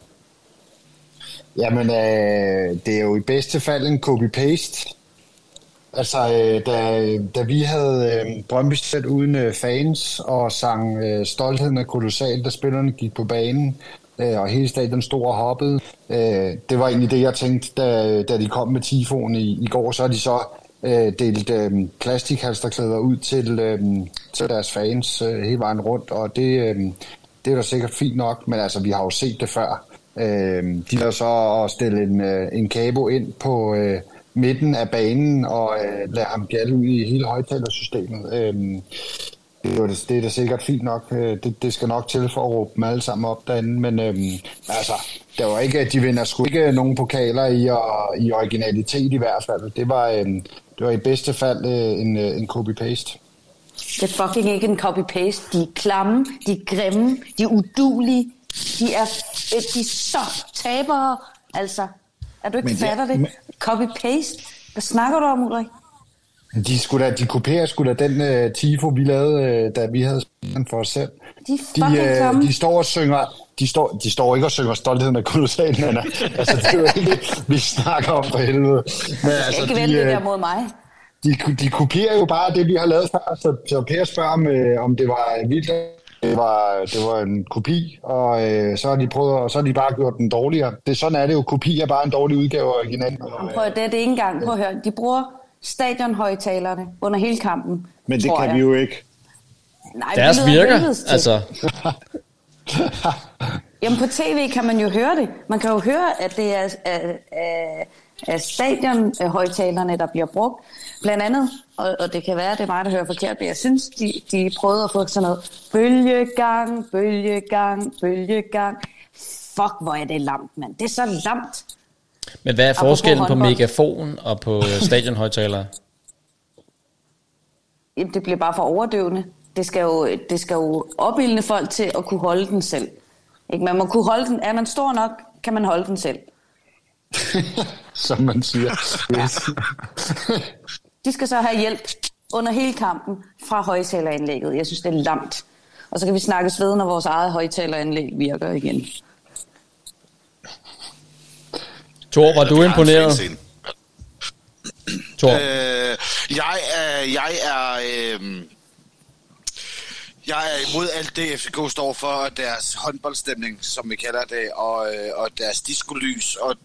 Jamen, det er jo i bedste fald en copy-paste. Altså, da vi havde Brøndby Stad uden fans og sang stoltheden af kolossalt, da spillerne gik på banen, og hele stadion stod og hoppede. Det var egentlig det, jeg tænkte, da de kom med tifoen i går. Så har de så delt plastikhalsterklæder ud til deres fans hele vejen rundt, og det er da sikkert fint nok, men altså, vi har jo set det før. De har så at stille en kabo ind på midten af banen og lade ham gælde ud i hele højttalersystemet. Det er da sikkert fint nok. Det skal nok til for at råbe dem alle sammen op derinde, men altså, det var ikke, de vinder sgu ikke nogen pokaler i originalitet i hvert fald. Det var i bedste fald en copy-paste. Det er fucking ikke en copy-paste. De er klamme, de er grimme, de er uduelige, de er så tabere. Altså, er du ikke fatter det? Copy-paste? Hvad snakker du om, Ulrik? De kopierer sgu da den tifo, vi lavede, da vi havde spillet for os selv. De er fucking klamme. De står og synger... De står ikke og synger stoltheden af kolossalt, Anna. Altså, det er jo ikke vi snakker om for helvede. Men altså, ikke vende det der mod mig. De kopierer jo bare det, vi har lavet før. Så Per spørger, om det var vildt. Det var en kopi, og så har de prøvet, og så har de bare gjort den dårligere. Sådan er det jo. Kopi er bare en dårlig udgave af originalen. Prøv det er ikke engang. Prøv at høre. De bruger stadionhøjtalerne under hele kampen. Men det kan vi jo ikke. Nej, deres virker, altså. Jamen på tv kan man jo høre det. Man kan jo høre, at det er stadionhøjtalerne, der bliver brugt. Blandt andet, og det kan være, at det er mig, der hører forkert, men jeg synes, de prøvede at få sådan noget bølgegang, bølgegang, bølgegang. Fuck, hvor er det lamt, mand. Det er så lamt. Men hvad er forskellen på megafon og på stadionhøjtalere? Jamen, det bliver bare for overdøvende. Det skal jo opildne folk til at kunne holde den selv. Ikke? Man må kunne holde den. Er man stor nok, kan man holde den selv. Som man siger. De skal så have hjælp under hele kampen fra højtaleranlægget. Jeg synes, det er lamt. Og så kan vi snakkes ved, når vores eget højtaleranlæg virker igen. Tor, var du imponeret? Tor? Jeg er imod alt det, FCK står for, deres håndboldstemning, som vi kalder det, og deres diskolys, og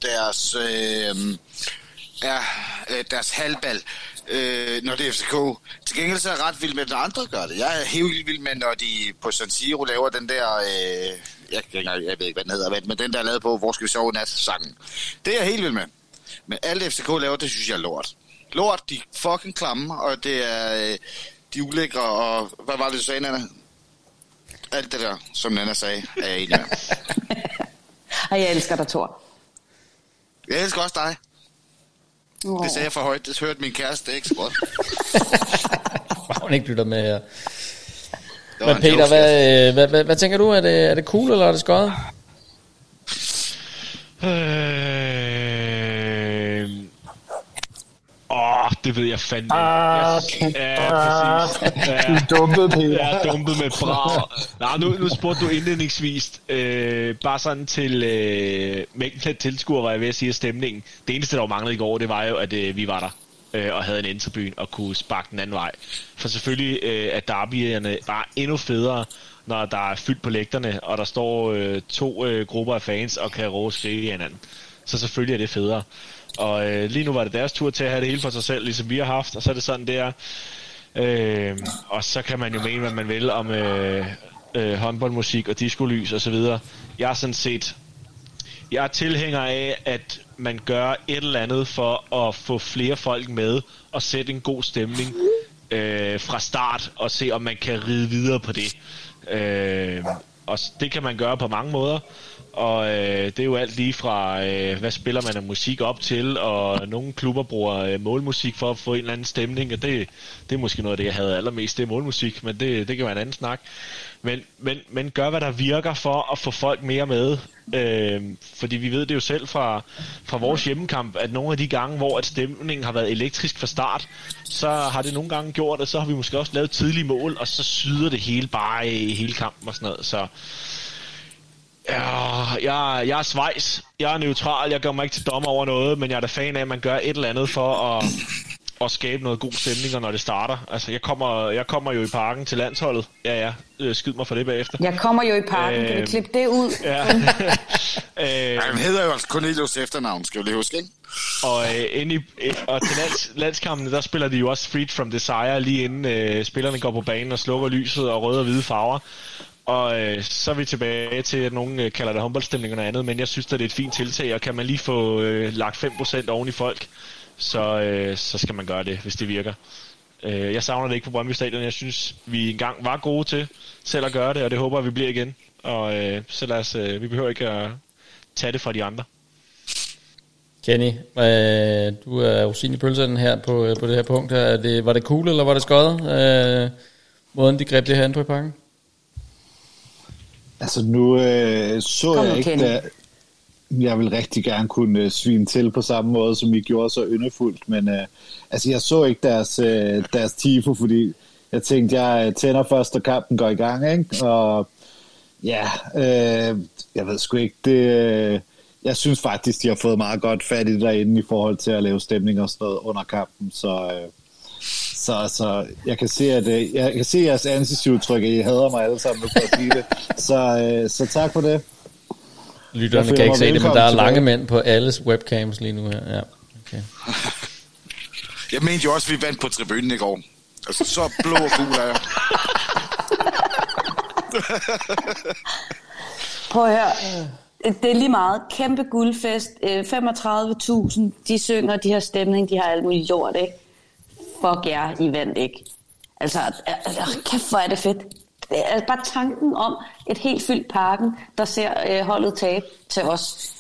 deres halvbal, når det er FCK. Til gengæld så er jeg ret vild med, når andre gør det. Jeg er helt vild med, når de på San Siro laver den der, jeg ved ikke, hvad den hedder, men den der er lavet på, hvor skal vi sove nat-sangen. Det er jeg helt vild med. Men alt FCK laver, det synes jeg er lort. Lort, de er fucking klamme, og det er... de ulækre, og hvad var det, du sagde, Nana? Alt det der, som Nana sagde, er jeg enig med. Og jeg elsker dig, Thor. Jeg elsker også dig. Det sagde jeg for højt, det hørte min kæreste, det er ikke så godt. Bare hun ikke lytter med her. Men Peter, hvad tænker du? Er det cool, eller er det skøjet? Det ved jeg fandme. Præcis. Du dumpede, Peter. Jeg er dumpet med brag. Nej, nu spurgte du indledningsvis, bare sådan til mængden af tilskuere, var jeg ved at sige, stemningen. Det eneste, der var manglet i går, det var jo, at vi var der og havde en indtribune og kunne sparke den anden vej. For selvfølgelig er derbyerne bare endnu federe, når der er fyldt på lægterne, og der står 2 grupper af fans og kan råbe skrige i hinanden. Så selvfølgelig er det federe. Og lige nu var det deres tur til at have det hele for sig selv, ligesom vi har haft, og så er det sådan der. Og så kan man jo mene, hvad man vil om håndboldmusik og discolys og så videre. Jeg er tilhænger af, at man gør et eller andet for at få flere folk med og sætte en god stemning fra start og se, om man kan ride videre på det. Og det kan man gøre på mange måder. Og det er jo alt lige fra, hvad spiller man af musik op til, og nogle klubber bruger målmusik for at få en eller anden stemning, og det er måske noget af det, jeg havde allermest, det er målmusik, men det kan være en anden snak. Men gør, hvad der virker for at få folk mere med, fordi vi ved det jo selv fra vores hjemmekamp, at nogle af de gange, hvor at stemningen har været elektrisk fra start, så har det nogle gange gjort, og så har vi måske også lavet tidlige mål, og så syder det hele bare i hele kampen og sådan noget, så... Ja, jeg er Schweiz, jeg er neutral, jeg gør mig ikke til dommer over noget, men jeg er da fan af, at man gør et eller andet for at skabe noget god stemning, når det starter. Altså, jeg kommer jo i parken til landsholdet. Ja, skyd mig for det bagefter. Jeg kommer jo i parken, kan vi klippe det ud? Ja. Han hedder jo også Cornelius efternavn, skal vi lige huske, ikke? Og til landskampene, der spiller de jo også Freed from Desire, lige inden spillerne går på banen og slukker lyset og røde og hvide farver. Og så er vi tilbage til, at nogen kalder det håndboldstemning og noget andet, men jeg synes, at det er et fint tiltag, og kan man lige få lagt 5% oven i folk, så skal man gøre det, hvis det virker. Jeg savner det ikke på Brøndby Stadion. Jeg synes, vi engang var gode til selv at gøre det, og det håber vi bliver igen. Og så lad os, vi behøver ikke at tage det fra de andre. Kenny, du er rosinen i pølsen her på det her punkt. Var det cool, eller var det skøjet? Måden de greb det her an på i pakken? Altså nu så jeg ikke, da jeg vil rigtig gerne kunne svine til på samme måde, som I gjorde så yndefuldt, men altså jeg så ikke deres tifo, fordi jeg tænkte, jeg tænder først, og kampen går i gang, ikke? Og ja, jeg ved sgu ikke, jeg synes faktisk, de har fået meget godt fat i det derinde i forhold til at lave stemning og sådan noget under kampen, så jeg kan se, at jeg kan se jeres ansigtsudtryk, at I hader mig alle sammen for at sige det. Så tak for det. Lytterne kan ikke se det, men der er lange mænd på alles webcams lige nu her. Ja, okay. Jeg mente jo også, at vi vandt på tribunen i går. Altså, så blå og gul er jeg. Prøv at høre. Det er lige meget. Kæmpe guldfest. 35.000. De synger, de har stemning, de har alt muligt lort, ikke? Fuck jer, I vandt ikke. Altså, kæft, hvor er det fedt. Det er bare tanken om et helt fyldt parken, der ser holdet tabe til os.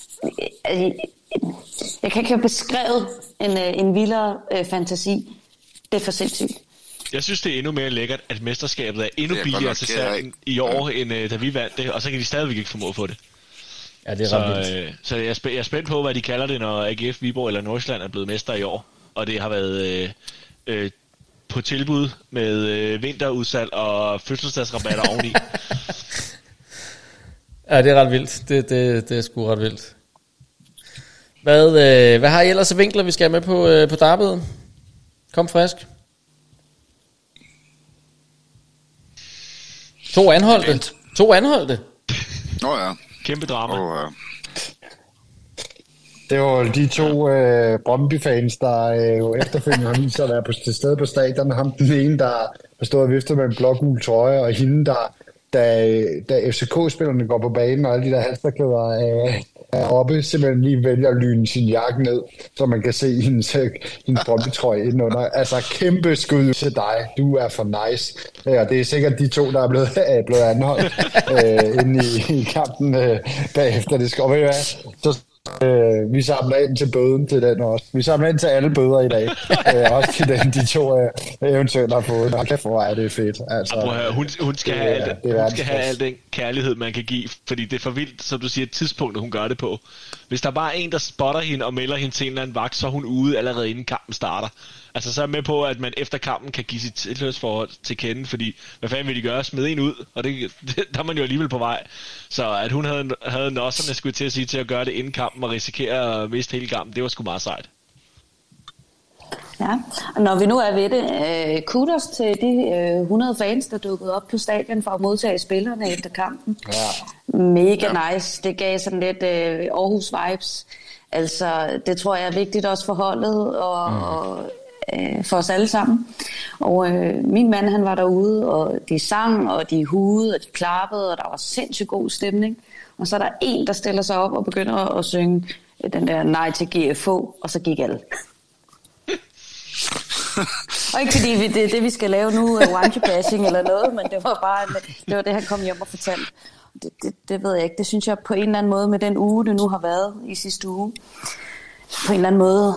Jeg kan ikke have beskrevet en vildere fantasi. Det er for sindssygt. Jeg synes, det er endnu mere lækkert, at mesterskabet er endnu billigere til salg i år, end da vi vandt det, og så kan de stadigvæk ikke formå at få det. Ja, det er ret vildt. Så jeg er spændt på, hvad de kalder det, når AGF, Viborg eller Nordsjælland er blevet mester i år. Og det har været på tilbud med vinterudsalg og fødselsdagsrabatter oveni. Ja, det er ret vildt. Det er sgu ret vildt. Hvad har I ellers af vinkler, vi skal have med på derbyet? Kom frisk. 2 anholdte. Nå ja. Kæmpe drama. Det var de 2 Brøndby-fans, der jo efterfølgende har vist sig at være til stede på stadion. Ham den ene, der stod og vifter med en blågul trøje, og hende, der da FCK-spillerne går på banen, og alle de der halsterklæder er oppe, simpelthen lige vælger at lyne sin jakke ned, så man kan se hendes Brøndby-trøje indenunder. Altså, kæmpe skud til dig. Du er for nice. Ja, det er sikkert de 2, der er blevet anholdt inde i kampen bagefter. Det skal være. Så vi samler ind til bøden til den også. Vi samler ind til alle bøder i dag. Også til den, de 2 eventuelt har fået. Og kæft, hvor er det fedt. Altså, hun skal have al den kærlighed, man kan give, fordi det er for vildt, som du siger, et tidspunkt, hun gør det på. Hvis der bare er en, der spotter hende og melder hende til en eller anden vagt, så er hun ude allerede inden kampen starter. Altså så er jeg med på, at man efter kampen kan give sit tilhørsforhold til kende, fordi hvad fanden vil de gøre? Smide en ud, og der er man jo alligevel på vej. Så at hun havde nosserne, skulle til at sige, til at gøre det inden kampen og risikere at miste hele kampen, det var sgu meget sejt. Ja, og når vi nu er ved det, kudos til de 100 fans, der dukkede op på stadion for at modtage spillerne efter kampen. Ja. Mega nice. Det gav sådan lidt Aarhus vibes. Altså, det tror jeg er vigtigt også for holdet og for os alle sammen. Og min mand, han var derude, og de sang, og de hudede, og de klappede, og der var sindssygt god stemning. Og så er der en, der stiller sig op og begynder at synge den der nej til GFO, og så gik alle. Og ikke fordi det er det, vi skal lave nu, orange bashing eller noget, men det var bare det, han kom hjem og fortalte. Det ved jeg ikke. Det synes jeg på en eller anden måde med den uge, det nu har været i sidste uge. På en eller anden måde.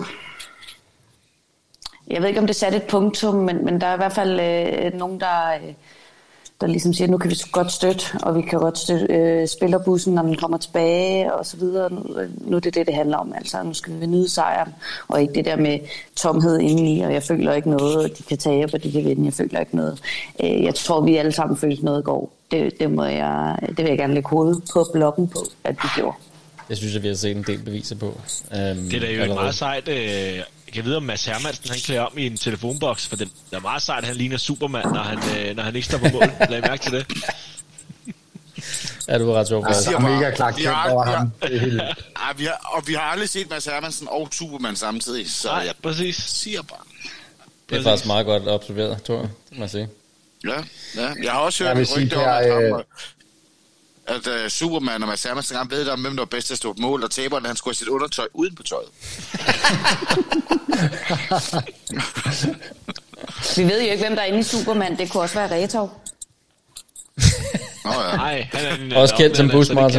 Jeg ved ikke, om det satte et punktum, men der er i hvert fald nogen, der ligesom siger, nu kan vi godt støtte, og vi kan godt støtte spillerbussen, når den kommer tilbage, og så videre. Nu er det handler om. Altså, nu skal vi nyde sejren, og ikke det der med tomhed indeni, og jeg føler ikke noget, de kan tabe, og de kan vinde, jeg føler ikke noget. Jeg tror, vi alle sammen følte noget i går. Det vil jeg gerne lægge hovedet på bloggen på, at vi gjorde. Jeg synes, at vi har set en del beviser på. Det er da jo meget sejt. Jeg kan vide, om Mads Hermansen han klæder om i en telefonboks, for det er meget sejt, at han ligner Superman, når han ikke står på mål. Lad I mærke til det? Ja, du var ret sjovt. Jeg er mega klart kendt over ham. Vi har aldrig set Mads Hermansen og Superman samtidig, så nej, jeg præcis. siger bare. Det er faktisk meget godt observeret, tror jeg. Det må jeg sige. Ja. Jeg har også hørt et rygte om, at Superman og Mads Hermansen han ved, hvem der var bedst til at stå på mål, og taberen han skulle have sit undertøj uden på tøjet. Vi ved jo ikke, hvem der er inde i Superman. Det kunne også være Retov. Nej, også kendt som busmartin.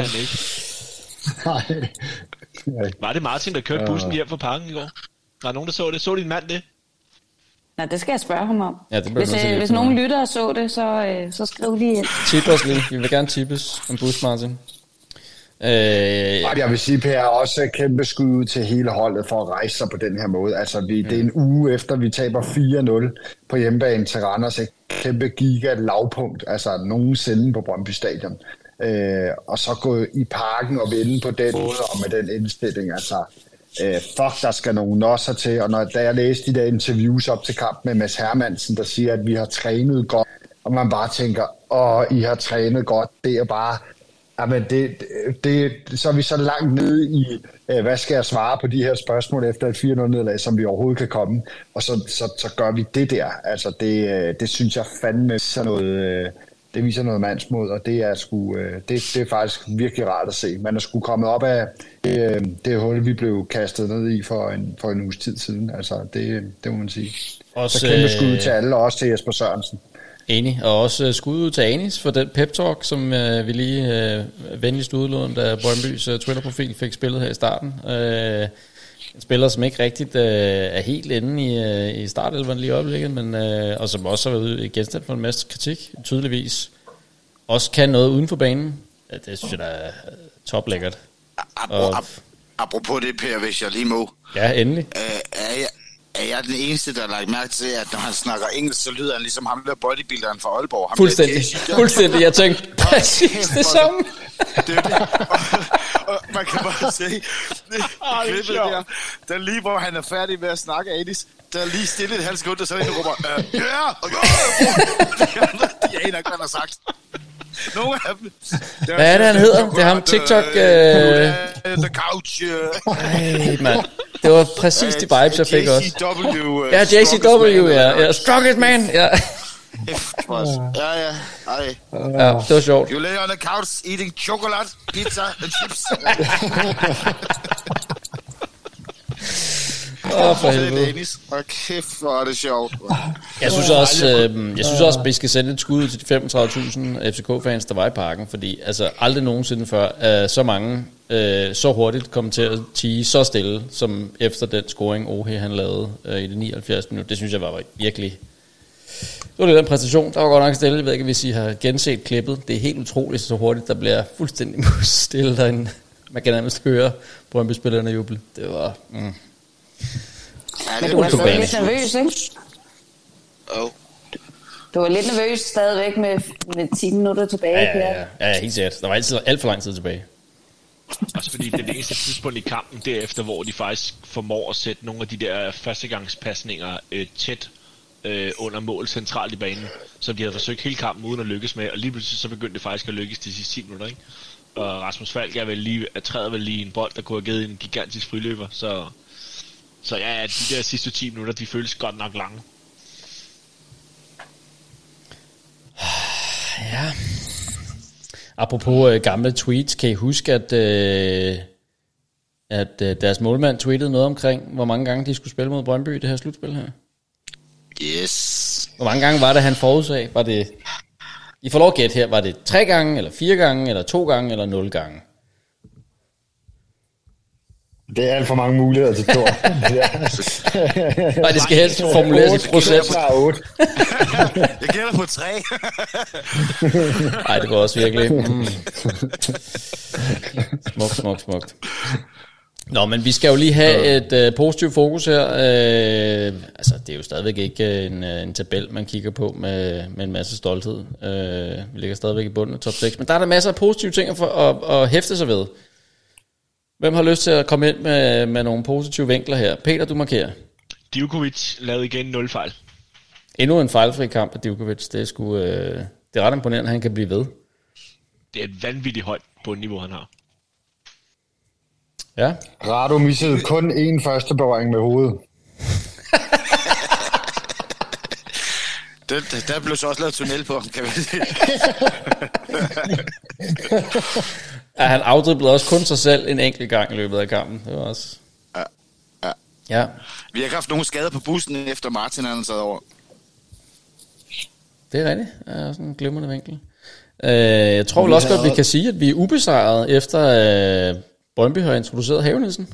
Var det Martin, der kørte bussen hjem fra parken i går? Var der nogen, der så det? Så din mand det? Nej, det skal jeg spørge ham om. Ja, hvis nogen lyttere så det, så skriv lige ind. Tip os lige. Vi vil gerne tippes om bus, Martin. Jeg vil sige, Per, også kæmpe skud til hele holdet for at rejse sig på den her måde. Altså, det er en uge efter, vi taber 4-0 på hjemmebane til Randers. Et kæmpe giga lavpunkt, altså nogensinde på Brøndby Stadion. Og så gå i parken og vinde på den måde og med den indstilling, altså... fuck, der skal nogen nosser til, og da jeg læste de der interviews op til kampen med Mads Hermansen, der siger, at vi har trænet godt, og man bare tænker, I har trænet godt, det er bare, jamen så er vi så langt nede i, hvad skal jeg svare på de her spørgsmål efter et 4-0-nederlag, som vi overhovedet kan komme, og så gør vi det der, altså det synes jeg fandme sådan noget... Det viser noget mandsmod, og det er sgu, det er faktisk virkelig rart at se. Man er sgu kommet op af det hul, vi blev kastet ned i for en uges tid siden. Altså, det må man sige. Også, så kæmpe skud til alle, og også til Jesper Sørensen. Enig, og også skud ud til Anis for den pep-talk, som vi lige venligst udlån, da Brøndbys Twitter-profil fik spillet her i starten. En spiller, som ikke rigtigt er helt inde i startelveren lige i øjeblikket, men, og som også har været genstand for en masse kritik, tydeligvis. Også kan noget uden for banen. Ja, det synes jeg, der er toplækkert. Apropos det, Per, hvis jeg lige må. Ja, endelig. Er jeg den eneste, der har lagt mærke til, at når han snakker engelsk, så lyder han ligesom ham der bodybuilderen fra Aalborg. Ham Fuldstændig. Jeg tænkte præcis det samme. Det er det. Og man kan bare se, klippet der lige hvor han er færdig med at snakke Adis, der er lige stille et halvt sekund, og så er en, der råber, de aner ikke, hvad han har sagt. Nogle af dem. Hvad er det, han hedder? Det er ham TikTok... The couch. Ej, mand. Det var præcis de vibes, jeg fik også. JCW. Ja, JCW, ja. Strongest man, ja. Ja, det var sjovt. You lay on the couch eating chocolate, pizza and chips. for helvede. Dennis. Og kæft, hvor er det sjovt. Jeg synes også, at vi skal sende et skud til de 35.000 FCK-fans, der var i parken, fordi altså aldrig nogensinde før så mange så hurtigt kom til at tige så stille, som efter den scoring Ohe han lavede i det 79. minut. Det synes jeg var virkelig... Så var det den præstation, der var godt nok stille. Jeg ved ikke, hvis I har genset klippet. Det er helt utroligt, så hurtigt der bliver fuldstændig stille derinde. Man kan nærmest høre Brøndby-spillerne juble. Det var... Men du var stadig lidt nervøs, ikke? Du var lidt nervøs stadigvæk med 10 minutter tilbage. Ja, helt sikkert. Der var altid alt for lang tid tilbage. Også fordi det er det eneste tidspunkt i kampen derefter, hvor de faktisk formår at sætte nogle af de der førstegangspasninger tæt under mål centralt i banen, som de havde forsøgt hele kampen uden at lykkes med, og lige pludselig så begyndte det faktisk at lykkes de sidste 10 minutter, ikke? Og Rasmus Falk træder vel lige en bold, der kunne have givet en gigantisk friløber, så ja, de der sidste 10 minutter, de føles godt nok lange. Ja. Apropos gamle tweets, kan I huske, at deres målmand tweetede noget omkring, hvor mange gange de skulle spille mod Brøndby i det her slutspil her? Yes. Hvor mange gange var det, han forudsag? Var det... I får lov at gætte her. Var det 3 gange, eller 4 gange, eller 2 gange, eller 0 gange? Det er alt for mange muligheder til 2. Nej, det skal helst formuleres i procent. Jeg gætter på 3. Nej, det var også virkelig... Smukt. Nå, men vi skal jo lige have et positivt fokus her. Altså, det er jo stadigvæk ikke en tabel, man kigger på med en masse stolthed. Vi ligger stadigvæk i bunden af top 6. Men der er der masser af positive ting at hæfte sig ved. Hvem har lyst til at komme ind med nogle positive vinkler her? Peter, du markerer. Divkovic lavede igen 0 fejl. Endnu en fejlfri kamp af Divkovic. Det er ret imponerende, at han kan blive ved. Det er et vanvittigt højt bundniveau, han har. Ja. Rado missede kun én første berøring med hovedet. Der blev så også lavet tunnel på, kan vi sige. Ja, han afdriblede også kun sig selv en enkelt gang i løbet af kampen. Det var også... Ja. Vi har ikke haft nogen skader på bussen, efter Martin han sad over. Det er rigtigt. Det er også en glimrende vinkel. Jeg tror vel også godt, vi kan sige, at vi er ubesejret efter Brøndby har introduceret Havenissen.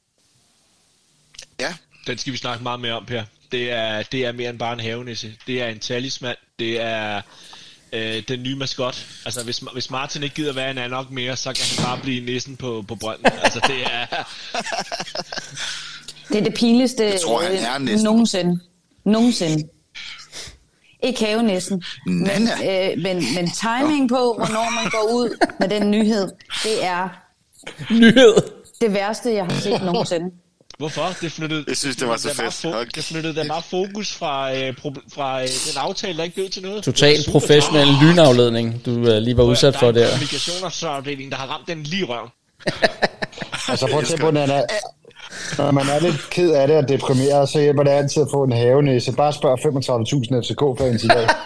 Ja. Den skal vi snakke meget mere om, Per. Det er mere end bare en havenisse. Det er en talisman. Det er den nye maskot. Altså, hvis Martin ikke gider være en Anok mere, så kan han bare blive nissen på brønden. Altså, det er... Det er det pinligste jeg tror, han er nogensinde. Ikke havenissen. Men timing på, hvornår man går ud med den nyhed, det er det værste, jeg har set nogensinde. Hvorfor? Det flyttede, jeg synes, det var så fedt. Det flyttede der bare fokus fra den aftale, der ikke blev til noget. Total professionel lynafledning, du lige var udsat for der. Der er en kommunikationsafdeling, der har ramt den lige i røven. Altså prøv at tænke på, når man er lidt ked af det og deprimeret, så hjælper det altid at få en havenæse. Bare spørg 35.000 FCK-fans i dag.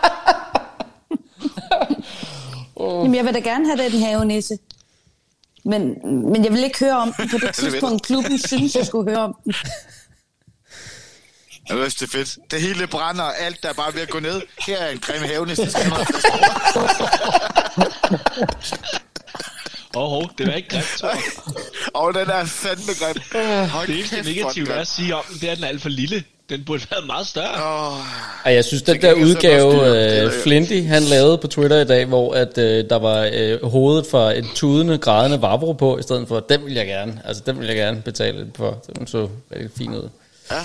Jamen, jeg vil da gerne have den havenæse. Men jeg vil ikke høre om den på det tidspunkt, klubben synes, jeg skulle høre om den. Jeg synes, det er fedt. Det hele brænder, og alt der er bare ved at gå ned. Her er en grimme havenæse. Det var ikke grimt, tror jeg. Den er fandme grim. Det eneste negative, der er at sige om den, det er, at den er alt for lille. Den burde være meget større. Jeg synes, den der udgave, Flinty, han lavede på Twitter i dag, hvor at, der var hovedet for et tudende, grædende Vavro på, i stedet for, den vil jeg gerne. Altså, den vil jeg gerne betale lidt for. Den så rigtig fin ud. Ja.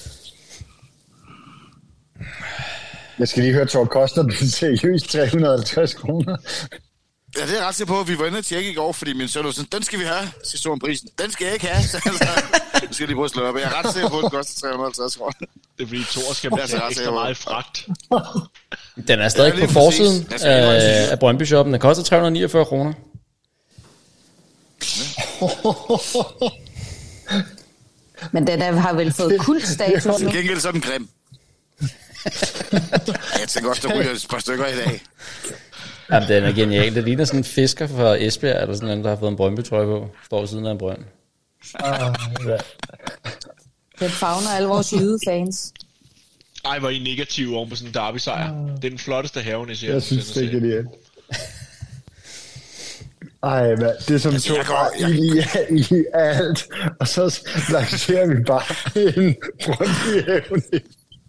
Jeg skal lige høre, Torb koster den seriøst 350 kroner. Ja, det er ret sikker på, at vi var inde og tjekke i går, fordi min søn var sådan, den skal vi have, siger så om prisen. Den skal jeg ikke have. Så nu skal jeg lige prøve at slå op. Jeg er ret sikker på, at den koster 350 kroner. Det er fordi Thor skal betale ekstra meget i fragt. Den er stadig på forsiden af Brøndby Shoppen. Den koster 349 kroner. Men den har vel fået kultstatus nu. Til gengæld så den grim. Jeg tænker også, der ryger et par stykker i dag. Jamen, den er genial. Det ligner sådan en fisker fra Esbjerg, eller sådan en, der har fået en Brøndby-trøje på. Står ved siden af en brønd. Den favner alle vores jyde fans. Ej, hvor er I negative oven på sådan en derby-sejr. Det er den flotteste havenisse, jeg synes, det er genialt. Ej, man, det er som altså, i alt, og så lancerer vi bare en Brøndby-havne.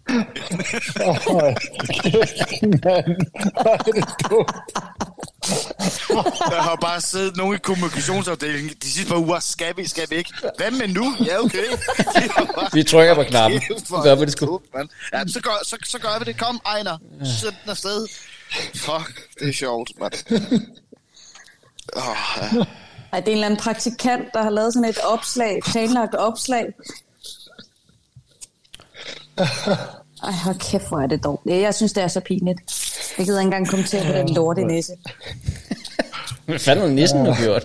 Der har bare siddet nogen i kommunikationsafdelingen de sidste par uger. Skal vi ikke? Hvad med nu? Ja, okay. Vi trykker på knappen. Så gør vi det sgu. Ja, så gør vi det. Kom, Ejner. Sæt den afsted. Fuck, det er sjovt, mand. Ej, det er en eller anden praktikant, der har lavet sådan et opslag, planlagt opslag. Ej, hold kæft, hvor er det dårligt. Jeg synes, det er så pinligt. Jeg gider ikke engang kommentere på den lorte næse. Hvad fanden har næsten nu gjort?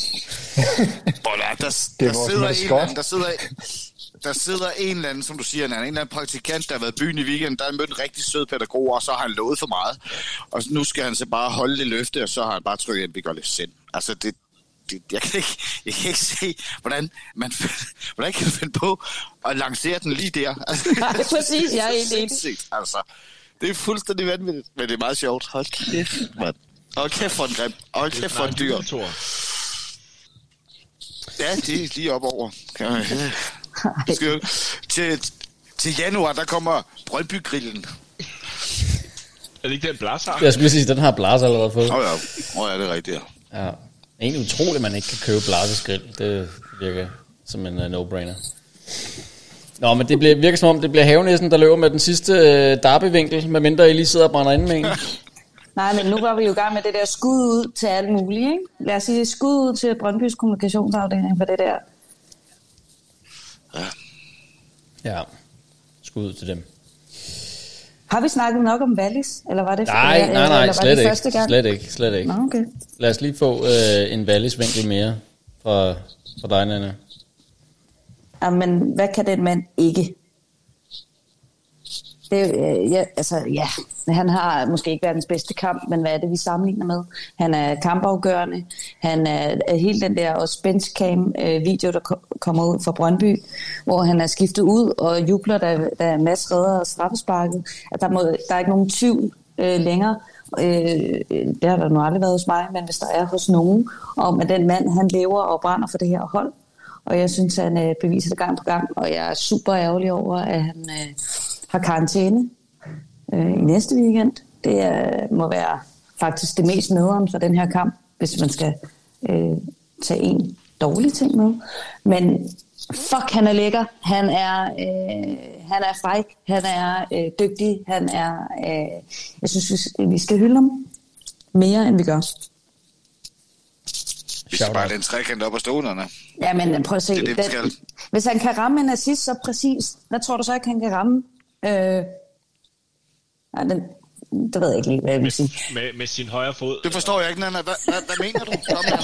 Der sidder en eller anden, som du siger, en eller anden praktikant, der har været i byen i weekenden, der har mødt en rigtig sød pædagog, og så har han lovet for meget. Og nu skal han så bare holde det løfte, og så har han bare trykket ind, vi gør lidt sind. Altså, jeg kan ikke se, hvordan kan du finde på at lancere den lige der. Altså, nej, præcis, jeg er helt enig. Altså, det er fuldstændig vanvittigt, men det er meget sjovt. Hold kæft, mand. Hold kæft for en grim. Hold kæft for en dyr. Ja, det er lige op over. Til januar, der kommer Brøndby-grillen. Er det ikke den Blas har? Jeg skulle sige, den har Blas allerede fået. Ja, det er rigtigt, ja. Egentlig utroligt, at man ikke kan købe Blas' grill. Det virker som en no-brainer. Nå, men det virker som om, det bliver havenæssen, der løber med den sidste derbyvinkel, medmindre I lige sidder og brænder inde med en. Nej, men nu var vi jo i gang med det der skud ud til alle mulige, ikke? Lad os sige skud ud til Brøndbys kommunikationsafdeling for det der. Ja, skud ud til dem. Har vi snakket nok om Wallis? Eller var det nej, slet ikke. Nå, okay. Lad os lige få en Wallis-vinkel mere fra dig, Nanne. Jamen, hvad kan den mand ikke? Det, han har måske ikke verdens bedste kamp, men hvad er det, vi sammenligner med? Han er kampafgørende. Han er helt den der også benchcam-video, der kommer ud fra Brøndby, hvor han er skiftet ud og jubler, da Mads redder straffesparket. At der er ikke nogen tvivl længere. Det har der nu aldrig været hos mig, men hvis der er hos nogen, om at den mand, han lever og brænder for det her hold. Og jeg synes, han beviser det gang på gang, og jeg er super ærgerlig over, at han har karantæne i næste weekend. Det må være faktisk det mest nederen for den her kamp, hvis man skal tage en dårlig ting med. Men fuck, han er lækker. Han er fræk. Han er dygtig. Jeg synes, vi skal hylde ham mere, end vi gør. Vi skal bare den trekant op af stolerne. Ja, men prøv at se. Det, hvis han kan ramme en assist så præcis, hvad tror du så ikke, han kan ramme? Det ved jeg ikke lige, hvad jeg vil sige. Med sin højre fod. Det forstår jeg ikke, Nana. Hvad mener du?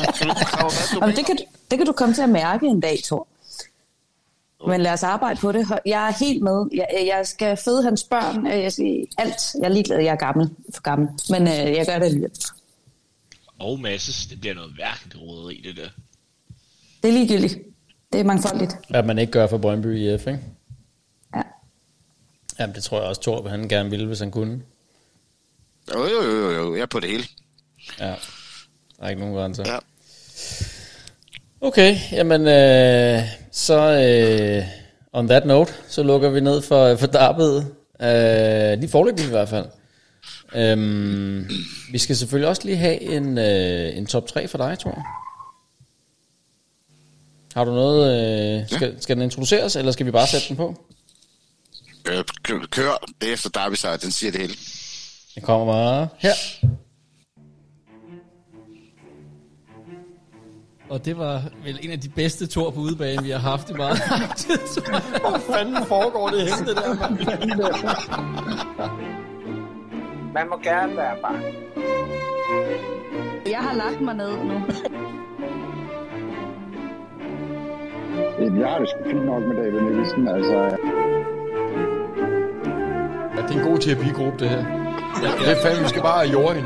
Det kan du komme til at mærke en dag, Thor. Men lad os arbejde på det. Jeg er helt med. Jeg skal føde hans børn. Jeg skal alt. Jeg er ligeglad, jeg er for gammel. Men jeg gør det alligevel. Og masses, det bliver noget værkeligt roderi, det der. Det er ligegyldigt. Det er mangfoldigt. At man ikke gør for Brøndby IF, ikke? Ja. Jamen, det tror jeg også, Thor, han gerne ville, hvis han kunne. Jo, jeg er på det hele. Ja, der er ikke nogen grænser. Ja. Okay, jamen, on that note, så lukker vi ned for derbyet. Lige forløbig i hvert fald. Vi skal selvfølgelig også lige have en top 3 for dig, Thor. Har du noget? Skal den introduceres, eller skal vi bare sætte den på? Kør, det er efter derby-sejr, den siger det hele. Det kommer bare her. Og det var vel en af de bedste Thor på udebane, vi har haft i meget tid. Hvad fanden foregår det hen, det der, mand? Man må gerne være bange. Jeg har lagt mig ned nu. Jeg har det sgu fint nok med David Nielsen, altså. Ja, det er en god terapigruppe, det her. Ja, det er fandme, vi skal bare have jord hende.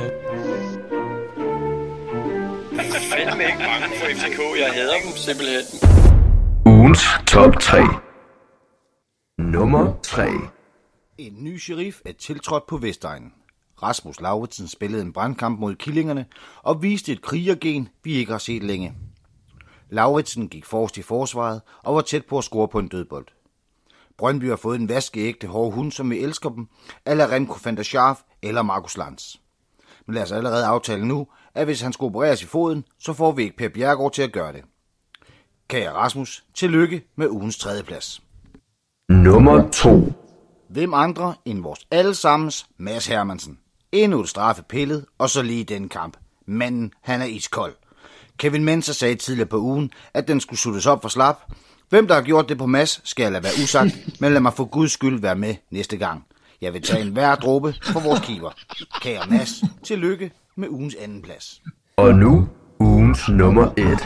Jeg er fandme ikke bange for FCK. Jeg hader dem simpelthen. Ugens top 3. Nummer 3. En ny sheriff er tiltrådt på Vestegnen. Rasmus Lauritsen spillede en brandkamp mod killingerne og viste et krigergen, vi ikke har set længe. Lauritsen gik forrest i forsvaret og var tæt på at score på en dødbold. Brøndby har fået en vaskeægte hård hund, som vi elsker dem, eller Remco van der Scharf eller Markus Lanz. Men lad os allerede aftale nu, at hvis han skal opereres i foden, så får vi ikke Per Bjerregaard til at gøre det. Kære Rasmus, tillykke med ugens 3. plads. Nummer 2. Hvem andre end vores allesammens Mads Hermansen. Endnu et straffe pillet, og så lige den kamp. Manden, han er iskold. Kevin Mensah sagde tidligere på ugen, at den skulle suttes op for slap. Hvem der har gjort det på Mads, skal jeg lade være usagt, men lad mig for guds skyld være med næste gang. Jeg vil tage en hver dråbe for vores keeper. Kære Mads, tillykke med ugens 2. plads. Og nu ugens nummer 1.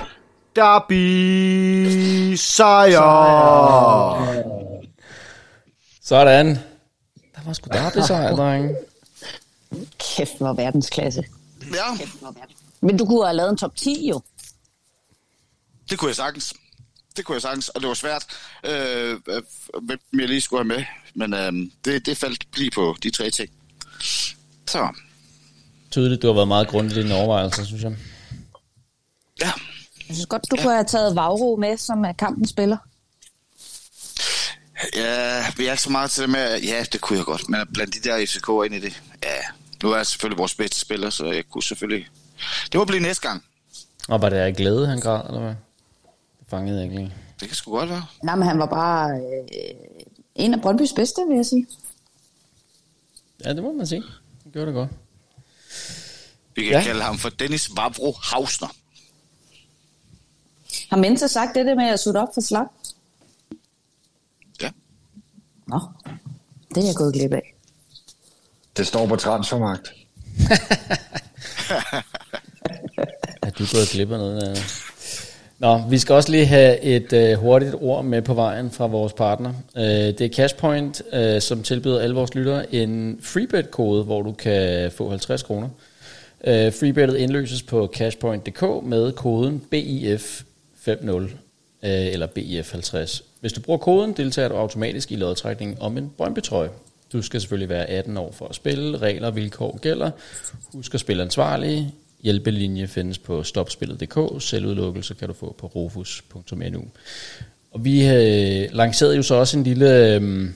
Derby sejr! Sådan. Der var sgu derby sejr, drenge. Kæft, hvor verdensklasse. Ja. Men du kunne have lavet en top 10, jo. Det kunne jeg sagtens. Og det var svært, hvem jeg lige skulle have med. Men det faldt lige på de 3 ting. Så. Tydeligt, du har været meget grundig i dine overvejelser, synes jeg. Ja. Jeg synes godt, du kunne have taget Vavro med, som er kampens spiller. Ja, vi er ikke så meget til det med. Ja, det kunne jeg godt. Men blandt de der FCK'er ind i det. Ja, nu er jeg selvfølgelig vores bedste spiller, så jeg kunne selvfølgelig. Det må blive næste gang. Og var det af glæde, han græd, eller hvad? Det fangede jeg ikke lige. Det kan sgu godt være. Nej, men han var bare en af Brøndbys bedste, vil jeg sige. Ja, det må man sige. Det gjorde det godt. Vi kan kalde ham for Dennis Vavro Hausner. Har Mensah sagt det med at sutte op for slap? Ja. Nå, det er jeg gået glip af. Det står på Transfermarkt. Er du gået glip af noget? Nå, vi skal også lige have et hurtigt ord med på vejen fra vores partner. Det er Cashpoint, som tilbyder alle vores lyttere en freebet-kode, hvor du kan få 50 kroner. Freebettet indløses på cashpoint.dk med koden BIF50 eller BIF50. Hvis du bruger koden, deltager du automatisk i lodtrækningen om en Brøndby-trøje. Du skal selvfølgelig være 18 år for at spille. Regler og vilkår gælder. Husk at spille ansvarlig. Hjælpelinje findes på stopspillet.dk. Selvudelukkelse kan du få på rofus.nu. Og vi lancerede jo så også en lille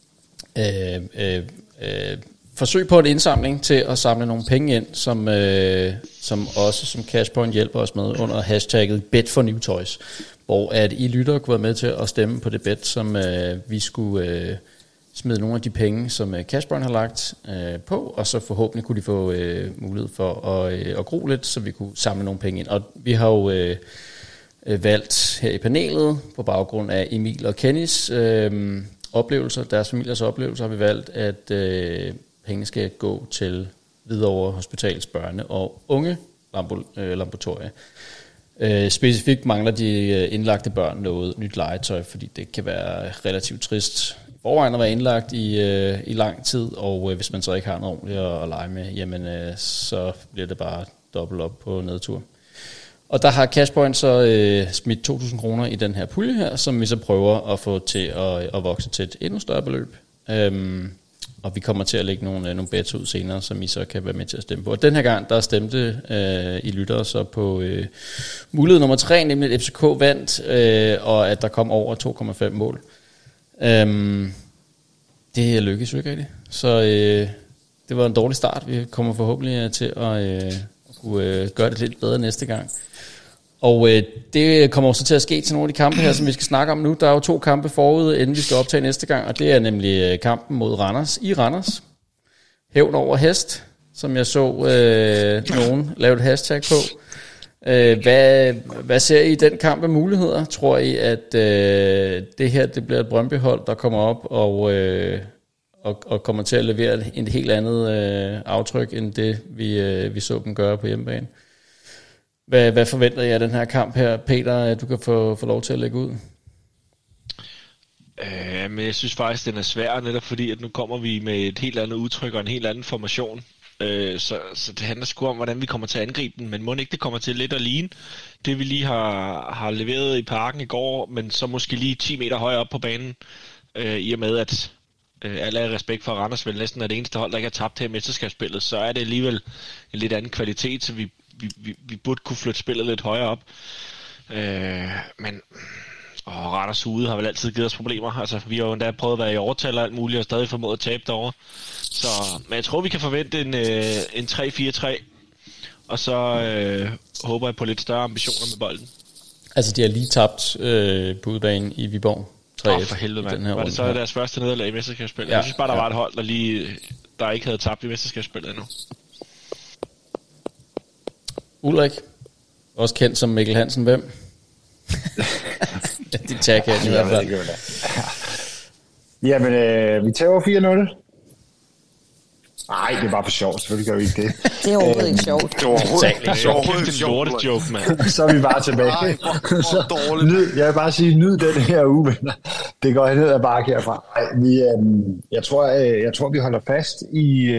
forsøg på en indsamling til at samle nogle penge ind, som Cashpoint hjælper os med under hashtagget #BetForNewToys, hvor at I lyttere kunne være med til at stemme på det bet, som vi skulle smide nogle af de penge, som Cashpoint har lagt på, og så forhåbentlig kunne de få mulighed for at gro lidt, så vi kunne samle nogle penge ind. Og vi har jo valgt her i panelet, på baggrund af Emil og Kennys oplevelser, deres familiers oplevelser, har vi valgt, at penge skal gå til Hvidovre Hospitals børne- og unge laboratorie. Specifikt mangler de indlagte børn noget nyt legetøj, fordi det kan være relativt trist i forvejen at være indlagt i lang tid, og hvis man så ikke har noget ordentligt at lege med, jamen så bliver det bare dobbelt op på nedtur. Og der har Cashpoint så smidt 2.000 kroner i den her pulje her, som vi så prøver at få til at vokse til et endnu større beløb. Og vi kommer til at lægge nogle bets ud senere, som I så kan være med til at stemme på. Og den her gang, der stemte I lyttere så på mulighed nummer 3, nemlig at FCK vandt, og at der kom over 2,5 mål. Det lykkedes jo ikke rigtigt. Så det var en dårlig start. Vi kommer forhåbentlig til at kunne gøre det lidt bedre næste gang. Og det kommer også til at ske til nogle af de kampe her, som vi skal snakke om nu. Der er jo 2 kampe forude, inden vi skal optage næste gang, og det er nemlig kampen mod Randers i Randers. Hævn over hest, som jeg så nogen lave et hashtag på. Hvad ser I i den kamp af muligheder? Tror I, at det her det bliver et Brøndby-hold, der kommer op og kommer til at levere et helt andet aftryk, end det vi så dem gøre på hjemmebane? Hvad forventer I af den her kamp her, Peter, at du kan få lov til at lægge ud? Men jeg synes faktisk, den er svær, netop fordi, at nu kommer vi med et helt andet udtryk og en helt anden formation. Så det handler sgu om, hvordan vi kommer til at angribe den, men må ikke det kommer til lidt at ligne det, vi lige har leveret i parken i går, men så måske lige 10 meter højere op på banen. i og med at alle respekt for Randers vel næsten er det eneste hold, der ikke har tabt her i mesterskabsspillet, så er det alligevel en lidt anden kvalitet, så vi burde kunne flytte spillet lidt højere op. Men Randers ude har vel altid givet os problemer. Altså, vi har jo endda prøvet at være i overtal og alt muligt, og stadig formået at tabe derovre. Men jeg tror, vi kan forvente en 3-4-3, og så håber jeg på lidt større ambitioner med bolden. Altså, de har lige tabt på udebane i Viborg. For helvede, mand. Var det så deres første nederlag i mesterskabsspillet? Ja, jeg synes bare, der var et hold, der ikke havde tabt i mesterskabsspillet endnu. Ulrik, også kendt som Mikkel Hansen, hvem? De tager kan i hvert fald. Jamen, vi tager 4-0. Nej, det er bare for sjovt. Selvfølgelig gør vi ikke det. Det er overhovedet ikke sjovt. Det er overhovedet ikke sjovt. Det er joke, mand. Så er vi bare tilbage. Jeg vil bare sige, nyd den her uge, venner. Det går ned ad bakke herfra. Jeg tror, vi holder fast i...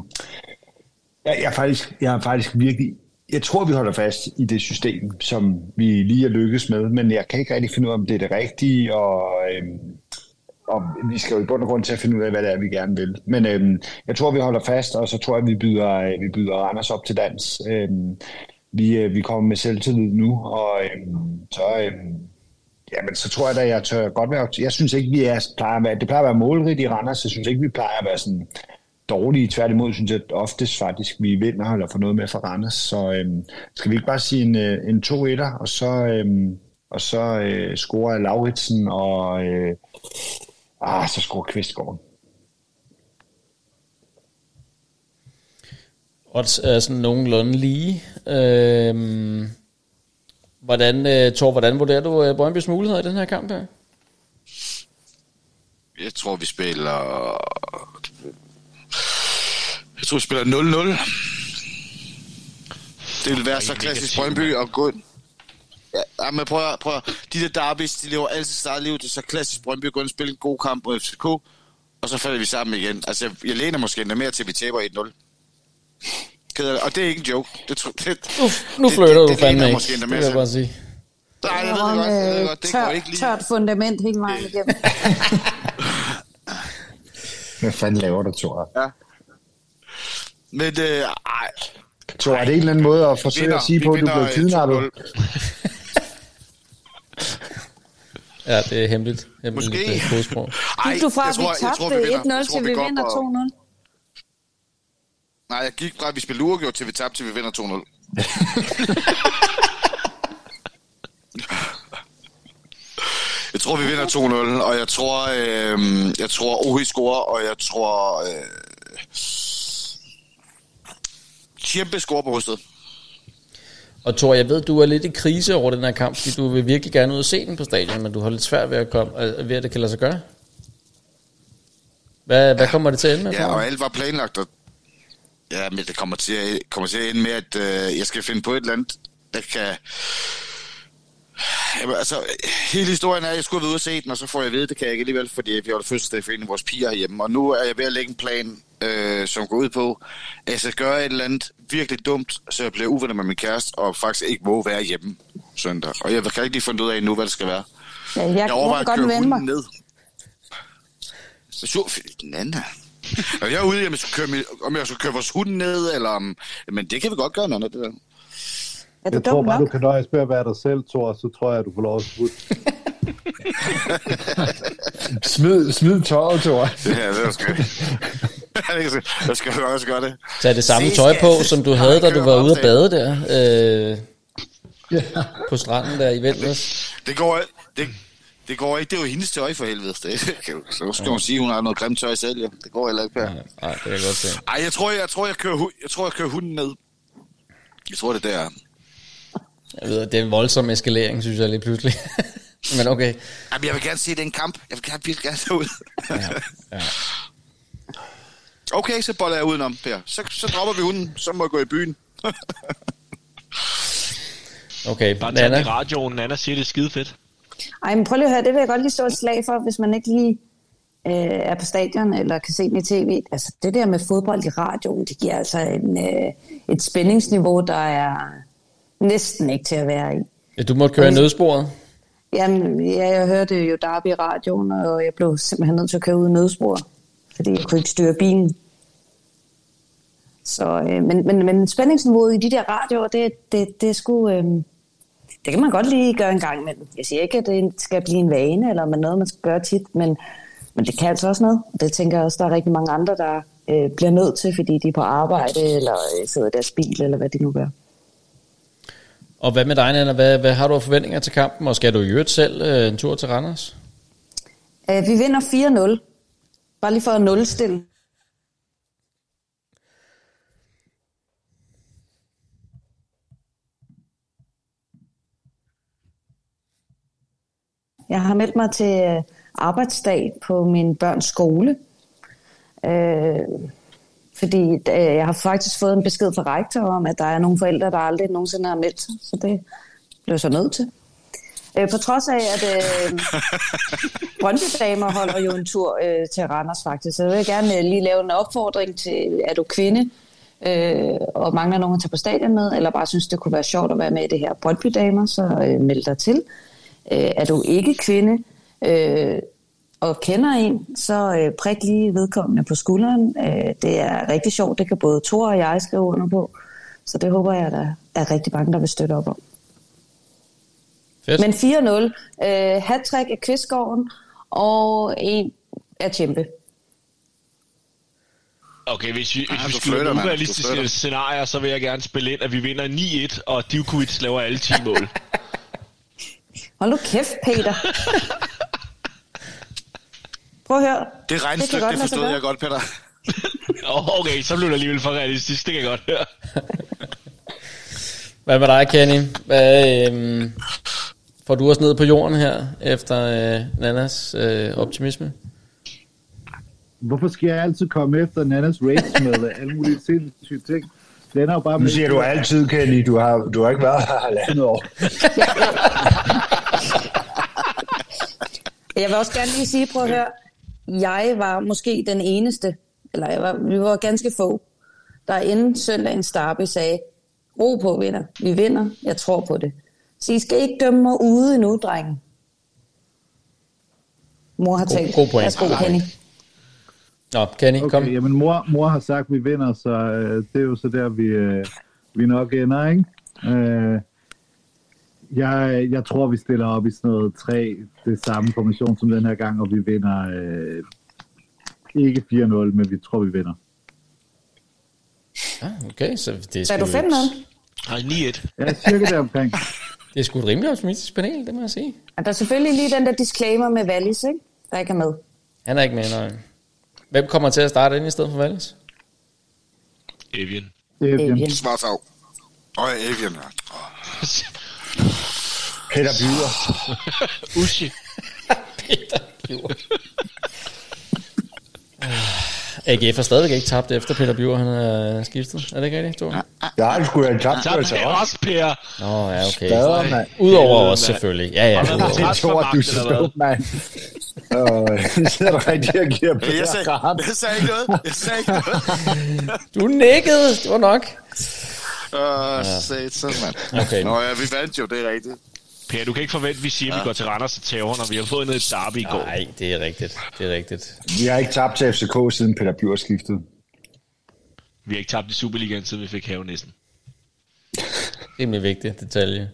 Jeg tror, vi holder fast i det system, som vi lige er lykkes med, men jeg kan ikke rigtig finde ud af, om det er det rigtige, og vi skal jo i bund og grund til at finde ud af, hvad det er, vi gerne vil. Men jeg tror, vi holder fast, og så tror jeg, vi byder Randers op til dans. Vi kommer med selvtillid nu, og så tror jeg da, jeg tør godt være... Jeg synes ikke, det plejer at være målrigt i Randers, jeg synes ikke, vi plejer at være sådan... dårlige. Tværtimod synes jeg oftest faktisk, vi vinder eller får noget med fra Randers. Så skal vi ikke bare sige en 2-1'er, og så scorer Lauritsen, og så scorer Kvistgaard. Odds er sådan nogenlunde lige. Hvordan vurderer du Brøndbys muligheder i den her kamp her? Jeg tror, vi spiller 0-0. Det vil være så klassisk Brøndby og gå. Ja, men prøv. De der derbys, de lever altid start liv. Det er så klassisk Brøndby at gå ind og spille en god kamp mod FCK, og så falder vi sammen igen. Altså, jeg læner måske endda mere til, at vi taber 1-0. Og det er ikke en joke. Nu flytter du fandme ikke. Det vil jeg bare sige. Nej, jeg ved godt. Det går ikke lige. Tørt fundament hele vejen igennem. Hvad fanden laver du, Thor? Ja. Men Thor, er det en eller anden måde at forsøge at sige på, at du blev kidnappet? Ja, det er hemmeligt. Måske. Kodsprog. Gik du fra, at vi tabte 1-0 til vi vinder 2-0? Nej, jeg gik fra, at vi spillede uafgjort til vi tabte, til vi vinder 2-0. Jeg tror, vi vinder 2-0, og jeg tror Ohi scorer, og jeg tror Tjempe scorer på Rysted. Og Thor, jeg ved, du er lidt i krise over den her kamp, fordi du vil virkelig gerne ud og se den på stadion, men du har lidt svært ved at det kan lade sig gøre. Hvad kommer det til at ende med? Ja, og alt var planlagt, og ja, men det kommer til at ende med, at jeg skal finde på et eller andet, der kan... Jamen, altså, hele historien er, at jeg skulle være ude og se den, og så får jeg at vide, det kan jeg ikke alligevel, fordi vi holder fødselsdag for en af vores piger herhjemme. Og nu er jeg ved at lægge en plan, som går ud på, at jeg skal gøre et eller andet virkelig dumt, så jeg bliver uvenner med min kæreste, og faktisk ikke må være hjemme søndag. Og jeg kan ikke lige finde ud af nu, hvad det skal være. Ja, jeg overvejer at køre hunden ned. Og jeg er ude, om jeg skal køre vores hund ned, eller om... Men det kan vi godt gøre noget af det der. Jeg tror bare, du kan nøjes med at være dig selv, Thor, så tror jeg, at du får lov at smutte. smid tøjet, Thor. Ja, det er sgu. Jeg skal også gøre det. Tag det samme tøj på, som du havde, da du var ude at bade der. På stranden der i Ventnæs. Det går ikke. Det er jo hendes tøj for helvede. Så skal hun sige, at hun har noget grimt tøj selv. Jo. Det går heller ikke her. Nej, det kan jeg godt se. Ej, jeg kører hunden ned. Jeg tror, det der. Jeg ved, det er en voldsom eskalering, synes jeg lige pludselig. Men okay. Jamen, jeg vil gerne se den kamp. Jeg vil virkelig gerne tage ud. Ja. Okay, så boller jeg udenom, Per. Så dropper vi hunden. Så må jeg gå i byen. Okay, bare tage i radioen. Nana siger, det er skide fedt. Ej, men prøv lige at høre. Det vil jeg godt lige stå et slag for, hvis man ikke lige er på stadion eller kan se den i tv. Altså, det der med fodbold i radioen, det giver altså et spændingsniveau, der er næsten ikke til at være i. Ja, du måtte køre i nødsporet. Jamen, jeg hørte jo Derby i radioen, og jeg blev simpelthen nødt til at køre ud i nødspor, fordi jeg kunne ikke styre bilen. Så, men spændingsniveauet i de der radioer, det er sgu... det kan man godt lige gøre en gang imellem. Jeg siger ikke, at det skal blive en vane, eller noget, man skal gøre tit, men det kan altså også noget. Det tænker jeg også, der er rigtig mange andre, der bliver nødt til, fordi de er på arbejde, eller sidder i deres bil, eller hvad de nu gør. Og hvad med dig, Nanna? Hvad har du af forventninger til kampen, og skal du i øvrigt selv en tur til Randers? Vi vinder 4-0. Bare lige for at nulstille. Jeg har meldt mig til arbejdsdag på min børns skole, fordi jeg har faktisk fået en besked fra rektor om, at der er nogle forældre, der aldrig nogensinde har meldt sig, så det blev jeg så nødt til. På trods af, at Brøndby Damer holder jo en tur til Randers faktisk, så jeg vil gerne lige lave en opfordring til, er du kvinde og mangler nogen at tage på stadion med, eller bare synes, det kunne være sjovt at være med i det her Brøndby Damer, så meld dig til. Er du ikke kvinde og kender en, så prik lige vedkommende på skulderen. Det er rigtig sjovt, det kan både Thor og jeg skrive under på, så det håber jeg, der er rigtig mange, der vil støtte op om. Fedt. Men 4-0, hat-trick af Kvistgården og en af Tjempe. Okay, hvis vi skulle have urealistiske scenarier, så vil jeg gerne spille ind, at vi vinder 9-1, og Divkovic laver alle 10 mål. Hold nu kæft, Peter. Prøv at høre. Det regnestykke, det forstod jeg godt, Peter. Okay, så blev det alligevel for realistisk, det kan jeg godt høre. Hvad med dig, Kenny? Får du også ned på jorden her, efter Nannas optimisme? Hvorfor skal jeg altid komme efter Nannas race med alle mulige sindssyge ting? Den er jo bare nu siger du altid, Kenny. Du har ikke været her halvandet år. Jeg vil også gerne lige sige, prøv at høre. Jeg var måske den eneste, eller vi var ganske få, der inden søndagens derby sagde, ro på, venner. Vi vinder. Jeg tror på det. Så I skal ikke dømme mig ude endnu, drengen. Mor har talt. God point. Værsgo, Kenny. Nå, Kenny, kom. Okay, jamen mor har sagt, at vi vinder, så det er jo så der, vi nok ender, ikke? Jeg tror, vi stiller op i sådan noget 3, det samme formation som den her gang, og vi vinder ikke 4-0, men vi tror, vi vinder. Okay, så det er du 5-0? Nej, 9-1. Ja, cirka deromkring. Det er sgu et rimelig optimistisk panel, det må jeg sige. Og der er selvfølgelig lige den der disclaimer med Wallis, ikke? Der ikke er med. Han er ikke med, nej. Hvem kommer til at starte ind i stedet for Wallis? Evian. Svarthav. Evian, ja. Peter Bjur. Ushi. Peter Bjur. AGF har stadigvæk ikke tabt efter Peter Bjur, han er skiftet. Er det ikke rigtigt, Thor? Ja, han skulle have tabt. Tabt også, Per. Nå, ja, okay. Udover os selvfølgelig. Ja. Det er Thor, du skal op, mand. Nu sidder du rigtig og giver Per kram. Jeg sagde ikke noget. Du nikkede, det var nok. Satan, mand. Okay. Nå ja, vi vandt jo, det er rigtigt. Per, du kan ikke forvente, at vi siger, at vi går til Randers og tager, når vi har fået ned et derby i går. Nej, det er rigtigt. Vi har ikke tabt til FCK siden Peter Bjur skiftede. Vi har ikke tabt i Superligaen, siden vi fik Havnæsen. Det er en vigtig detalje.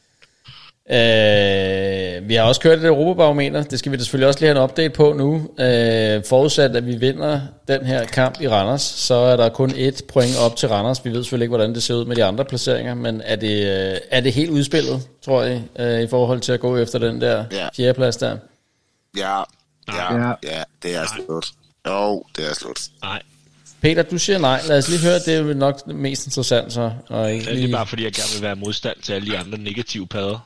Vi har også kørt et Europabarometer. Det skal vi da selvfølgelig også lige have en update på nu. Forudsat at vi vinder den her kamp i Randers, så er der kun 1 point op til Randers. Vi ved selvfølgelig ikke hvordan det ser ud med de andre placeringer, men er det helt udspillet, tror jeg, i forhold til at gå efter den der 4. plads der? Ja, det er slut. Jo, det er slut. Nej. Peter, du siger nej. Lad os lige høre, det er jo nok det mest interessant så. Og ikke det er bare fordi, jeg gerne vil være modstand til alle de andre negative padder.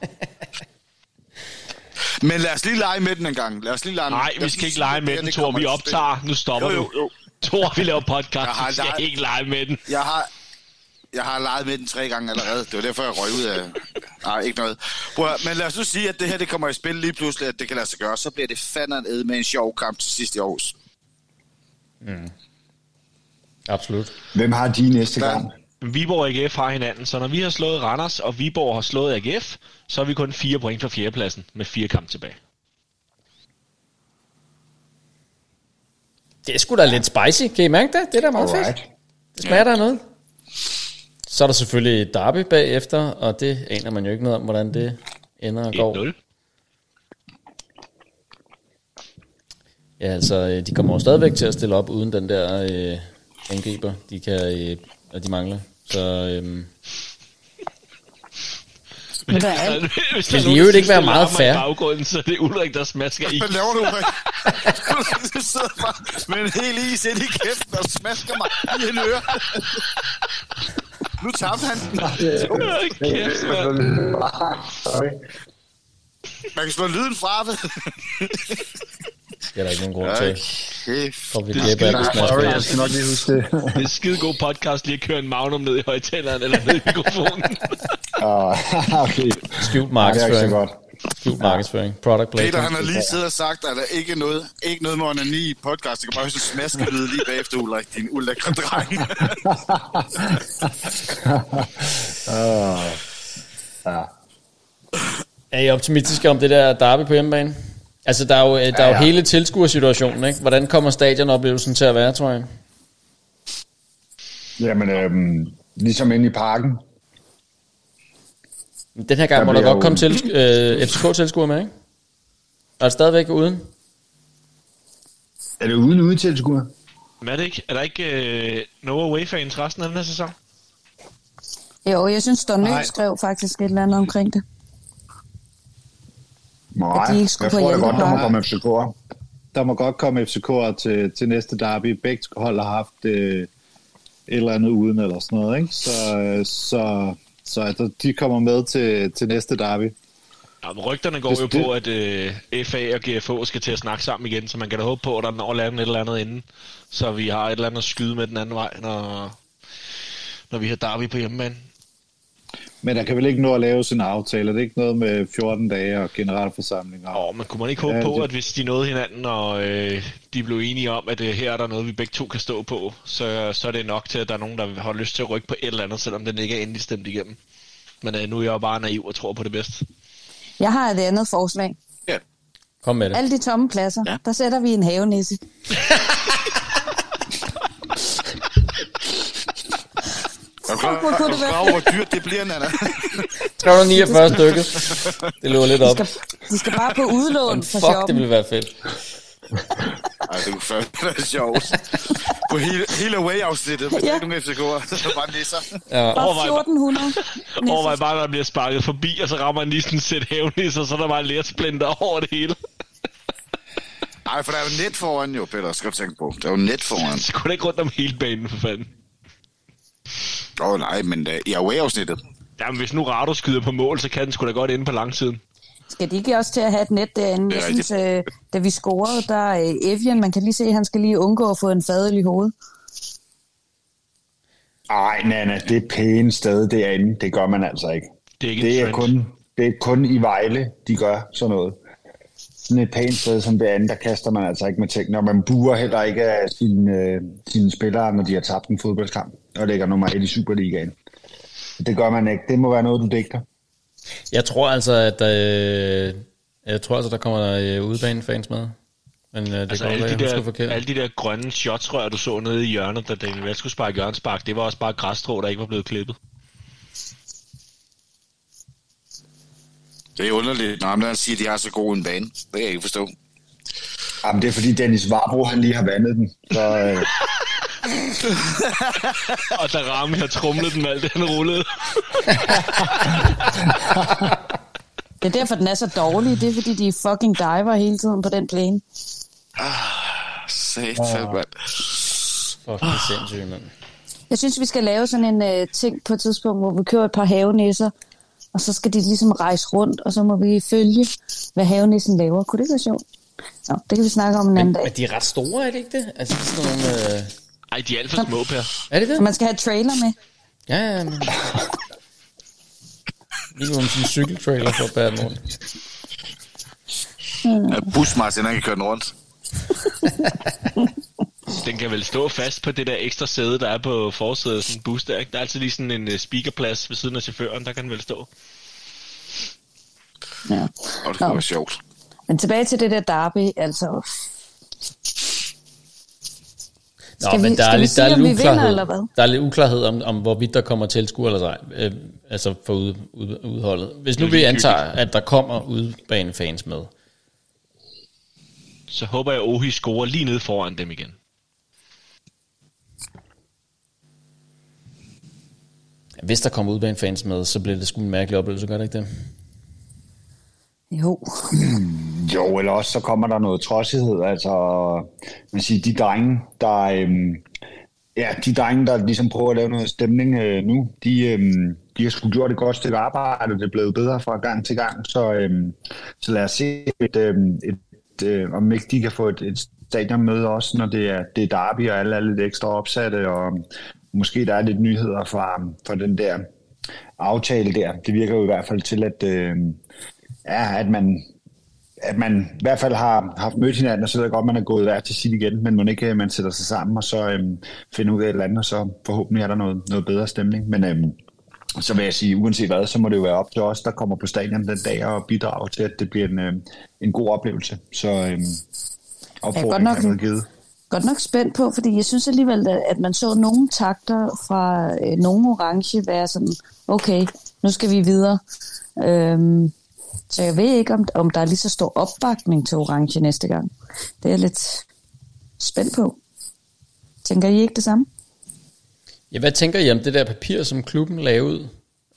Men lad os lige lege med den en gang. Nej, vi skal ikke lege med den, Thor. Vi optager. Nu stopper du. Thor, vi laver podcast. Vi skal ikke lege med den. Jeg har leget med den 3 gange allerede. Det var derfor, jeg røg ud af... Nej, ikke noget. Men lad os nu sige, at det her det kommer i spil lige pludselig, at det kan lade sig gøre. Så bliver det fandme med en sjov kamp til sidst i Aarhus. Absolut. Hvem har de næste gang? Viborg og AGF har hinanden, så når vi har slået Randers, og Viborg har slået AGF, så er vi kun 4 point fra fjerdepladsen med 4 kampe tilbage. Det er sgu da lidt spicy. Kan I mærke det? Det er da meget fedt. Det smager der noget. Så er der selvfølgelig et derby bagefter, og det aner man jo ikke noget om, hvordan det ender og går. 1-0. Ja, altså, de kommer jo stadigvæk til at stille op uden den der angriber, de mangler. Så Men hvad er det? Hvis Kan der de jo ikke være meget fair? fair? I baggrunden, så er det Ulrik, der smasker i. Hvad laver du, Ulrik? Du sidder bare med en hel is ind i kæften og smasker mig i en øre. Nu tabte han den. Kæft, mand. Man kan slå lyden fra det. det er der ikke nogen grund til. For vi Det er gæber, at det smager Sorry, fedt. jeg skal nok lige huske det. Det er skide god podcast lige at køre en Magnum ned i højtaleren eller ned i mikrofonen. Okay. Skjult Nej, det er ikke så markedsføring. godt. Skjult markedsføring. Product Peter, placement. han har lige siddet og sagt, at der ikke noget med onani i podcast. Det kan bare høre sådan smaskelyd lige bagefter, Ulrik, din ulækre dreng. Ja. Er I optimistiske om det der derby på hjemmebane? Altså, der er jo hele tilskuersituationen, ikke? Hvordan kommer stadionoplevelsen til at være, tror jeg? Jamen, ligesom inde i parken. Den her gang må der bliver godt komme til FCK-tilskuere med, ikke? Er det stadigvæk uden? Er det uden tilskuer? Men er der ikke no away-fans resten af den her sæson? Jo, jeg synes, Stornø skrev faktisk et eller andet omkring det. Nej, At de ikke skulle jeg på tror det godt, der må hjemmebane. komme FCK'er. Der må godt komme FCK'er til næste derby. Begge hold har haft et eller andet uden eller sådan noget, ikke? Så altså, de kommer med til næste derby. Ja, men rygterne går jo på, at FA og GFH skal til at snakke sammen igen, så man kan da håbe på, at der når lande et eller andet inden, så vi har et eller andet at skyde med den anden vej, når vi har derby på hjemmebane. Men der kan vel ikke nå at lave sin aftale? Det er ikke noget med 14 dage og generalforsamlinger? Men kunne man ikke håbe på, at hvis de nåede hinanden, og de blev enige om, at her er der noget, vi begge to kan stå på, så er det nok til, at der er nogen, der har lyst til at rykke på et eller andet, selvom den ikke er endelig stemt igennem. Men nu er jeg jo bare naiv og tror på det bedste. Jeg har et andet forslag. Ja. Kom med det. Alle de tomme pladser, der sætter vi en havenisse. Er du klar over, hvor dyrt det bliver, Nana? 349 stykker. Det løber lidt op. De skal bare på udlån for Fuck, shoppen. det ville være fedt. Ej, det kunne fandme være sjovt. På hele away-afsnittet, hvis det er nogle FCK'er, så bare nisser. Ja. Bare 1400. Overvej bare, når der bliver sparket forbi, og så rammer han lige sådan et sæt havenisser, så er der bare lersplinter over det hele. Nej, for der er jo net foran jo, Peter, skal du tænke på. Der er jo net foran. Så går det ikke rundt om hele banen, for fanden. Nej, men i away-afsnittet. Jamen, hvis nu Rado skyder på mål, så kan den sgu da godt inde på langsiden. Skal de ikke også til at have et net derinde? Jeg synes, da vi scorede, der er Evian, man kan lige se, at han skal lige undgå at få en fadøl i hovedet. Ej, Nana, det er pænt sted derinde. Det gør man altså ikke. Det er kun i Vejle, de gør sådan noget. Sådan et pænt sted som det andet, der kaster man altså ikke med tingene. Og man buer heller ikke af sine spillere, når de har tabt en fodboldskamp og ligger nummer 1 i Superligaen. Det gør man ikke. Det må være noget, du digter. Jeg tror altså, at der kommer udebanefans med. Men det Altså kan være, alle de der grønne shotsrør, du så nede i hjørnet, da Daniel Vest skulle sparke hjørnespark, det var også bare græsstrå, der ikke var blevet klippet. Det er underligt, når han siger, at de har så god en bane. Det kan jeg ikke forstå. Jamen, det er fordi Dennis Varbro, han lige har vandet den. Så, Og der Rami har trumlet den med alt det, han rullede. Det er derfor, den er så dårlig. Det er fordi, de fucking diver hele tiden på den plane. Satan, mand. Fuck, det er sindssygt, mand. Jeg synes, vi skal lave sådan en ting på et tidspunkt, hvor vi kører et par havenisser, og så skal de ligesom rejse rundt, og så må vi følge, hvad havenissen laver. Kunne det være sjovt? Nå, det kan vi snakke om en anden dag. Men de er ret store, er det ikke det? Altså sådan nogle... Ej, de er alt for små, Per. Er det det? Og man skal have trailer med. Ja, men... Minimum sådan en cykeltrailer for at bære den rundt. Ja, Busmartin, han kan køre den rundt. Den kan vel stå fast på det der ekstra sæde, der er på forsædet, sådan en bus der, ikke? Der er altid lige sådan en speakerplads ved siden af chaufføren, der kan den vel stå. Ja. Og det kunne være sjovt. Men tilbage til det der derby, altså... Nå, men der er lidt uklarhed. Eller hvad? Der er lidt uklarhed om hvorvidt der kommer tilskuere eller ej, altså for udholdet. Hvis nu vi antager, at der kommer udbanefans med, så håber jeg, at Ohi scorer lige ned foran dem igen. Hvis der kommer udbanefans med, så bliver det sgu en mærkelig oplevelse, gør det ikke det? Jo. Jo, eller også så kommer der noget trodsighed. Altså, man siger, de drenge, der ligesom prøver at lave noget stemning nu, de har sgu gjort et godt stykke arbejde, det er blevet bedre fra gang til gang, så lad os se, om ikke de kan få et stadionmøde også, når det er derby, og alle er lidt ekstra opsatte, og måske der er lidt nyheder fra den der aftale der. Det virker jo i hvert fald til, at man i hvert fald har haft mødt hinanden, og så ved jeg godt, man er gået hver til sit igen, men man ikke man sætter sig sammen, og så finder ud af et eller andet, og så forhåbentlig er der noget bedre stemning. Men så vil jeg sige, uanset hvad, så må det jo være op til os, der kommer på stadion den dag, og bidrager til, at det bliver en god oplevelse. Så opfordringen er noget givet. Godt nok spændt på, fordi jeg synes alligevel, at man så nogle takter fra nogle orange være sådan, okay, nu skal vi videre. Så jeg ved ikke, om der er lige så stor opbakning til orange næste gang. Det er jeg lidt spændt på. Tænker I ikke det samme? Ja, hvad tænker I om det der papir, som klubben lavede?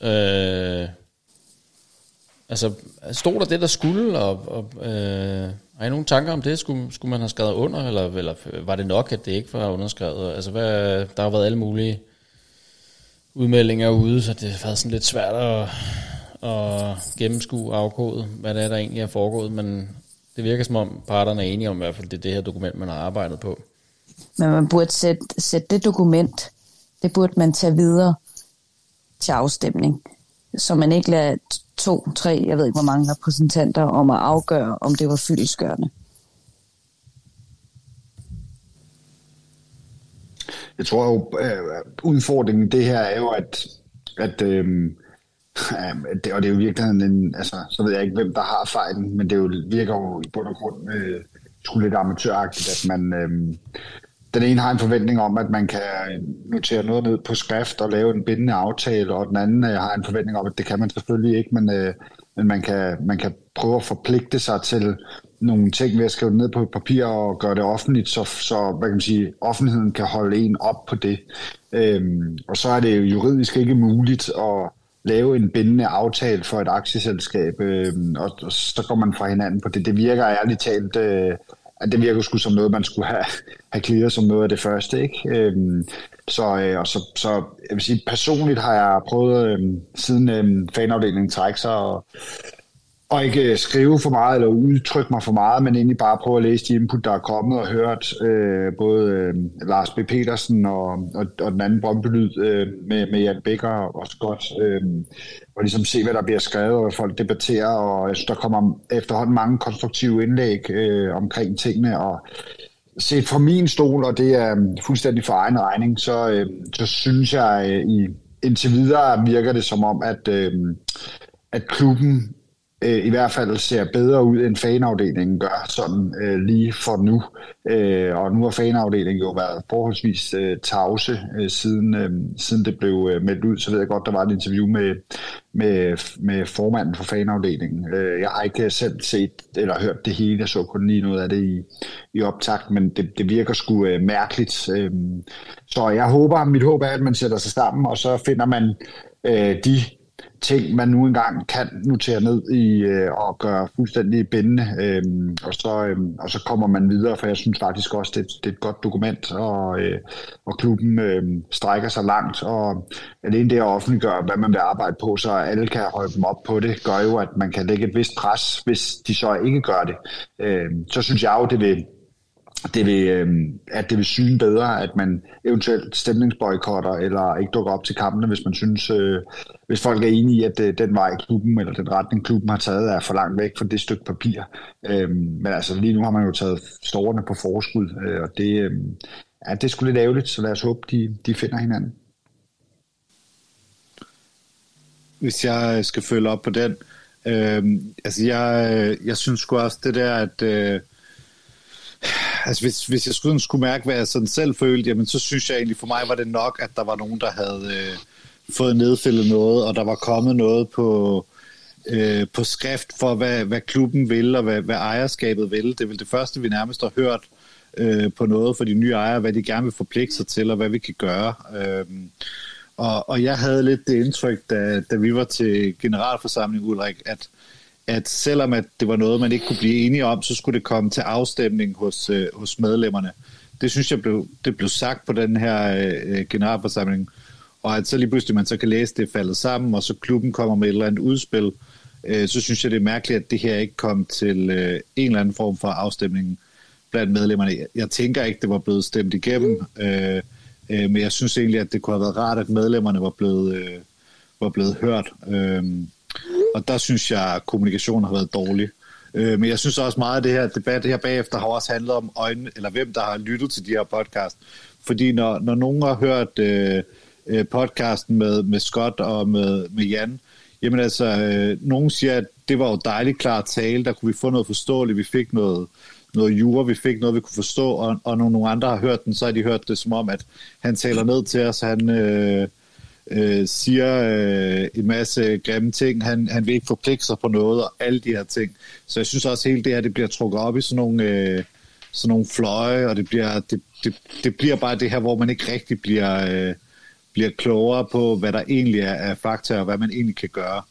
Altså, stod der det, der skulle? Har I nogle tanker om det? Skulle man have skrevet under, eller var det nok, at det ikke var underskrevet? Altså, der har været alle mulige udmeldinger ude, så det har været sådan lidt svært at gennemskue afkodet, hvad det er, der egentlig er foregået, men det virker som om parterne er enige om, i hvert fald det er det her dokument, man har arbejdet på. Men man burde sætte det dokument, det burde man tage videre til afstemning, så man ikke lader 2-3, jeg ved ikke hvor mange repræsentanter, om at afgøre, om det var fyldestgørende. Jeg tror jo, udfordringen det her er jo, at og det er jo virkelig så ved jeg ikke, hvem der har fejlen, men det virker jo i bund og grund sgu lidt amatøragtigt, at man den ene har en forventning om, at man kan notere noget ned på skrift og lave en bindende aftale, og den anden har en forventning om, at det kan man selvfølgelig ikke, men man kan prøve at forpligte sig til nogle ting ved at skrive det ned på et papir og gøre det offentligt, så hvad kan man sige, offentligheden kan holde en op på det. Og så er det jo juridisk ikke muligt at lave en bindende aftale for et aktieselskab, og så går man fra hinanden på det. Det virker ærligt talt, at det virker sgu som noget, man skulle have clearet som noget af det første, ikke? Så jeg vil sige, personligt har jeg prøvet, siden fanafdelingen trækker sig, og ikke skrive for meget eller udtrykke mig for meget, men egentlig bare prøve at læse de input, der er kommet, og hørt både Lars B. Petersen og den anden Brøndby-lyd med Jan Becker også godt, og ligesom se, hvad der bliver skrevet, og hvad folk debatterer, og jeg synes, der kommer efterhånden mange konstruktive indlæg omkring tingene, og set fra min stol, og det er fuldstændig for egen regning, så synes jeg, indtil videre virker det som om, at klubben i hvert fald ser bedre ud, end fanafdelingen gør sådan lige for nu. Og nu har fanafdelingen jo været forholdsvis tavse, siden det blev meldt ud. Så ved jeg godt, der var et interview med formanden for fanafdelingen. Jeg har ikke selv set eller hørt det hele. Jeg så kun lige noget af det i optakt, men det virker sgu mærkeligt. Så mit håb er, at man sætter sig sammen, og så finder man de ting, man nu engang kan notere ned i og gøre fuldstændig bindende, og så kommer man videre, for jeg synes faktisk også, det er et godt dokument, og klubben strækker sig langt, og alene det at offentliggøre, hvad man vil arbejde på, så alle kan holde dem op på det, gør jo, at man kan lægge et vist pres, hvis de så ikke gør det. Så synes jeg jo, at det vil syne bedre, at man eventuelt stemningsboykotter eller ikke dukker op til kampene, hvis man synes, hvis folk er enige i, at den vej klubben eller den retning klubben har taget er for langt væk fra det stykke papir. Men altså lige nu har man jo taget stårene på forskud, og ja, det er sgu lidt ærgerligt, så lad os håbe, de finder hinanden. Hvis jeg skal følge op på den, altså jeg synes sgu også det der, at altså hvis jeg skulle mærke, hvad jeg sådan selv følte, jamen så synes jeg egentlig, for mig var det nok, at der var nogen, der havde fået nedfældet noget, og der var kommet noget på skrift for, hvad klubben vil, og hvad ejerskabet vil. Det er vel det første, vi nærmest har hørt på noget for de nye ejere, hvad de gerne vil forpligte sig til, og hvad vi kan gøre. Og jeg havde lidt det indtryk, da vi var til generalforsamling, Ulrik, at selvom at det var noget, man ikke kunne blive enige om, så skulle det komme til afstemning hos medlemmerne. Det synes jeg blev sagt på den her generalforsamling, og at så lige pludselig man så kan læse det faldet sammen, og så klubben kommer med et eller andet udspil, så synes jeg, det er mærkeligt, at det her ikke kom til en eller anden form for afstemning blandt medlemmerne. Jeg tænker ikke, det var blevet stemt igennem, men jeg synes egentlig, at det kunne have været rart, at medlemmerne var blevet hørt. Og der synes jeg, at kommunikationen har været dårlig. Men jeg synes også meget, at det her debat her bagefter har også handlet om øjnene, eller hvem der har lyttet til de her podcast. Fordi når nogen har hørt podcasten med Scott og med Jan, jamen altså, nogen siger, at det var jo dejligt klart tale, der kunne vi få noget forståeligt, vi fik noget jura, vi fik noget, vi kunne forstå, og når nogle andre har hørt den, så har de hørt det som om, at han taler ned til os, han siger en masse grimme ting, han vil ikke forpligte sig på noget, og alle de her ting. Så jeg synes også, at hele det her, det bliver trukket op i sådan nogle fløje, og det bliver bare det her, hvor man ikke rigtig bliver klogere på, hvad der egentlig er fakta, og hvad man egentlig kan gøre.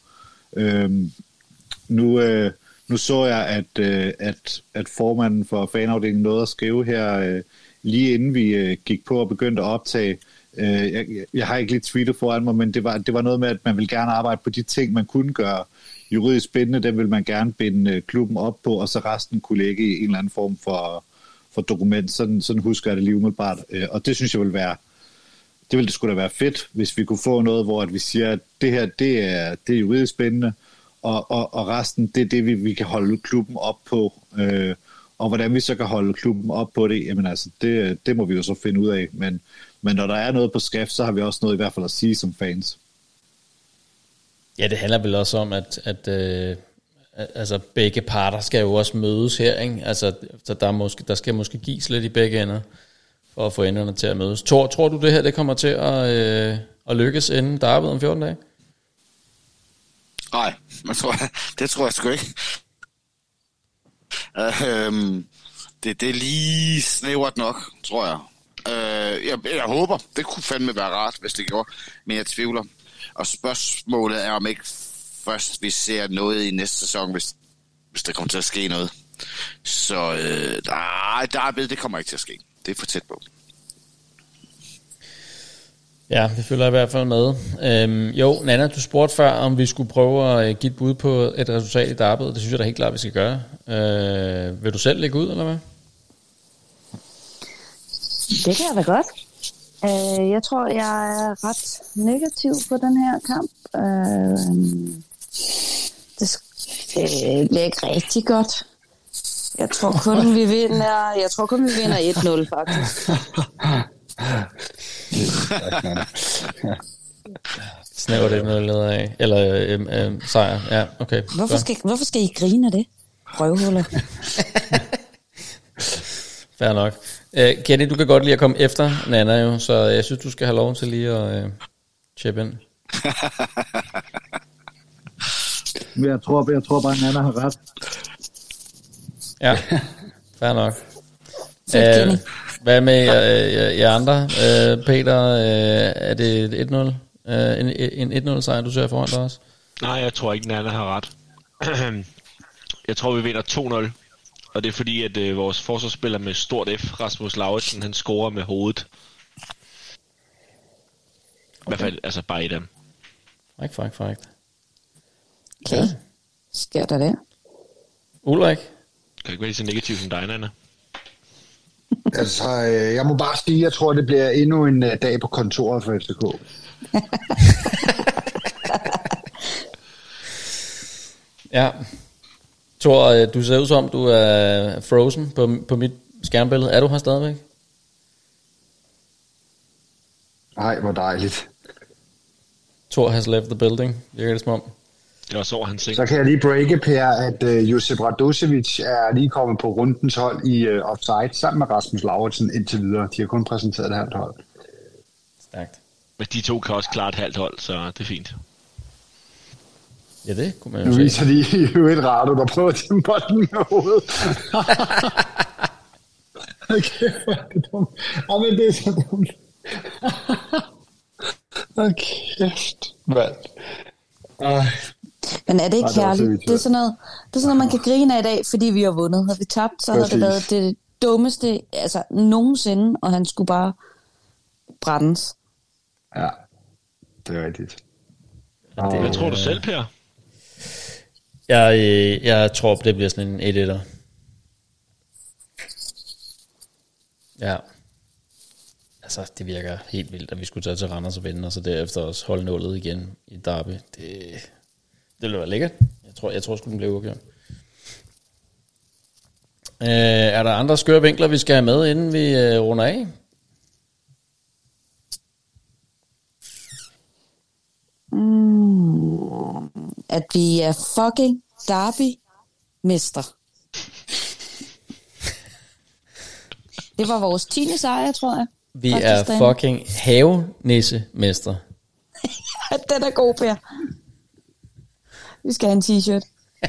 Nu så jeg, at formanden for fanafdelingen nåede at skrive her, lige inden vi gik på og begyndte at optage. Jeg har ikke lidt tweetet foran mig, men det var noget med, at man vil gerne arbejde på de ting, man kunne gøre juridisk bindende. Dem vil man gerne binde klubben op på, og så resten kunne ligge i en eller anden form for dokument. Sådan husker jeg det lige umiddelbart. Og det synes jeg det ville sgu da være fedt, hvis vi kunne få noget, hvor at vi siger, at det her, det er juridisk spændende, og resten, det er det, vi kan holde klubben op på. Og hvordan vi så kan holde klubben op på det, jamen altså, det må vi jo så finde ud af. Men når der er noget på skrift, så har vi også noget i hvert fald at sige som fans. Ja, det handler vel også om, at altså begge parter skal jo også mødes her, ikke? Altså, så der skal måske gives lidt i begge ender, for at få enderne til at mødes. Tror du, det her det kommer til at lykkes inden derbyet om 14 dage? Nej, det tror jeg sgu ikke. Det er lige snævert nok, tror jeg. Jeg håber, det kunne fandme være rart, hvis det gjorde, men jeg tvivler. Og spørgsmålet er, om ikke først vi ser noget i næste sæson, hvis der kommer til at ske noget. Så det kommer ikke til at ske. Det er for tæt på. Ja, vi følger i hvert fald med. Jo, Nana, du spurgte før, om vi skulle prøve at give et bud på et resultat i derbyet. Det synes jeg da helt klart, vi skal gøre. Vil du selv lægge ud, eller hvad? Det kan jeg da godt. Jeg tror, jeg er ret negativ på den her kamp. Det bliver ikke rigtig godt. Jeg tror kun, vi vinder 1-0, faktisk. Snæver det noget af eller sejr. Ja, okay. Hvorfor skal I grine af det? Røvhuller. Fair nok. Kenny, du kan godt lide at komme efter Nana jo, så jeg synes, du skal have lov til lige at chippe ind. Jeg tror bare, Nana har ret. Ja, fair nok. Hvad med jer andre? Peter, er det 1-0? En 1-0 sejr, du ser foran dig også? Nej, jeg tror ikke, Nana har ret. Jeg tror, vi vinder 2-0. Og det er fordi, at vores forsvarsspiller med stort F, Rasmus Lauritsen, han scorer med hovedet. I hvert fald, altså bare i dem. Frækt. Okay. Ja. Sker der det? Ulrik? Kan ikke være så negativ som dig, Nana? Altså, jeg må bare sige, jeg tror, det bliver endnu en dag på kontoret for FCK. Ja. Thor, du ser ud som, du er frozen på mit skærmbillede. Er du her stadigvæk? Ej, hvor dejligt. Thor has left the building, virker det som om. Det var så, han seng. Så kan jeg lige breake, Per, at Josip Radosevic er lige kommet på rundens hold i offside, sammen med Rasmus Lauritsen indtil videre. De har kun præsenteret et halvt hold. Stærkt. Men de to kan også klare et halvt hold, så det er fint. Ja, det kunne man jo Nu se. viser de jo et Rado, der prøver at tage bolden med hovedet. Okay, hvor er det dumt. Men det er så dumt. Okay, mand. Men er det ikke kærligt? Det er sådan noget, man kan grine af i dag, fordi vi har vundet. Havde vi tabt, så havde det været det dummeste altså nogensinde, og han skulle bare brændes. Ja, det er rigtigt. Hvad tror du selv, Per? Jeg tror, det bliver sådan en 1-1'er. Ja. Altså, det virker helt vildt, at vi skulle tage til Randers og vinde, og så derefter også holde nullet igen i Derby. Det ville være lækkert. Jeg tror sgu, den blev uafgjort. Er der andre skøre vinkler, vi skal have med, inden vi runder af? At vi er fucking Derby-mester. Det var vores 10. sejr, tror jeg. Vi er fucking havenisse-mester. Den er god, Per. Vi skal have en t-shirt.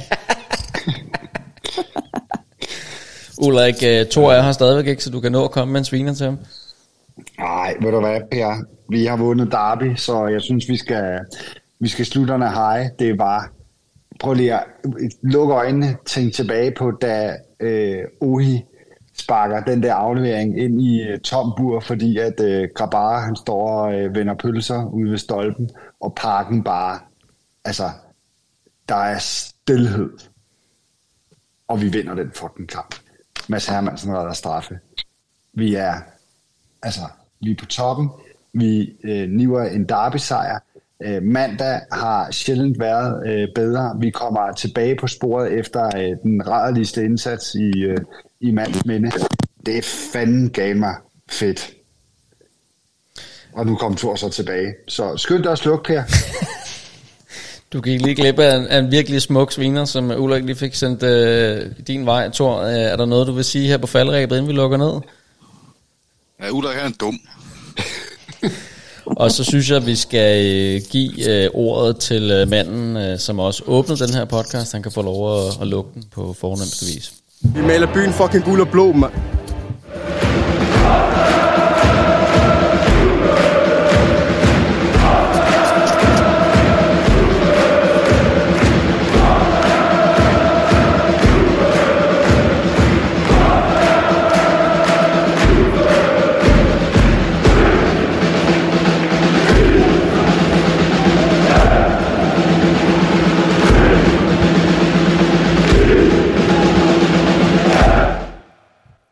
Ulrik, Thor er her stadigvæk ikke, så du kan nå at komme med en sviner til ham. Nej, ved du hvad, Per? Vi har vundet Derby, så jeg synes, vi skal slutte under high. Det var... Prøv lige at lukke øjnene, tænk tilbage på, da Ohi sparker den der aflevering ind i tom bur, fordi at Grabara, han står og vender pølser ude ved stolpen, og parken bare... Altså, der er stilhed. Og vi vinder den fucking kamp. Mads Hermansen redder straffe. Vi er på toppen. Vi niver en derby-sejr. Mandag har sjældent været bedre. Vi kommer tilbage på sporet efter den rædderligste indsats i mands minde. Det er fanden gav mig fedt. Og nu kom Thor så tilbage. Så skynd dig at slukke, Per. Du gik lige glip af en virkelig smuk sviner, som Ulrik lige fik sendt din vej. Thor, er der noget, du vil sige her på faldrebet, inden vi lukker ned? Ja, Ulrik er en dum. Og så synes jeg, at vi skal give ordet til manden, som også åbnede den her podcast. Han kan få lov at lukke den på fornemmeste vis. Vi maler byen fucking guld og blå, mand.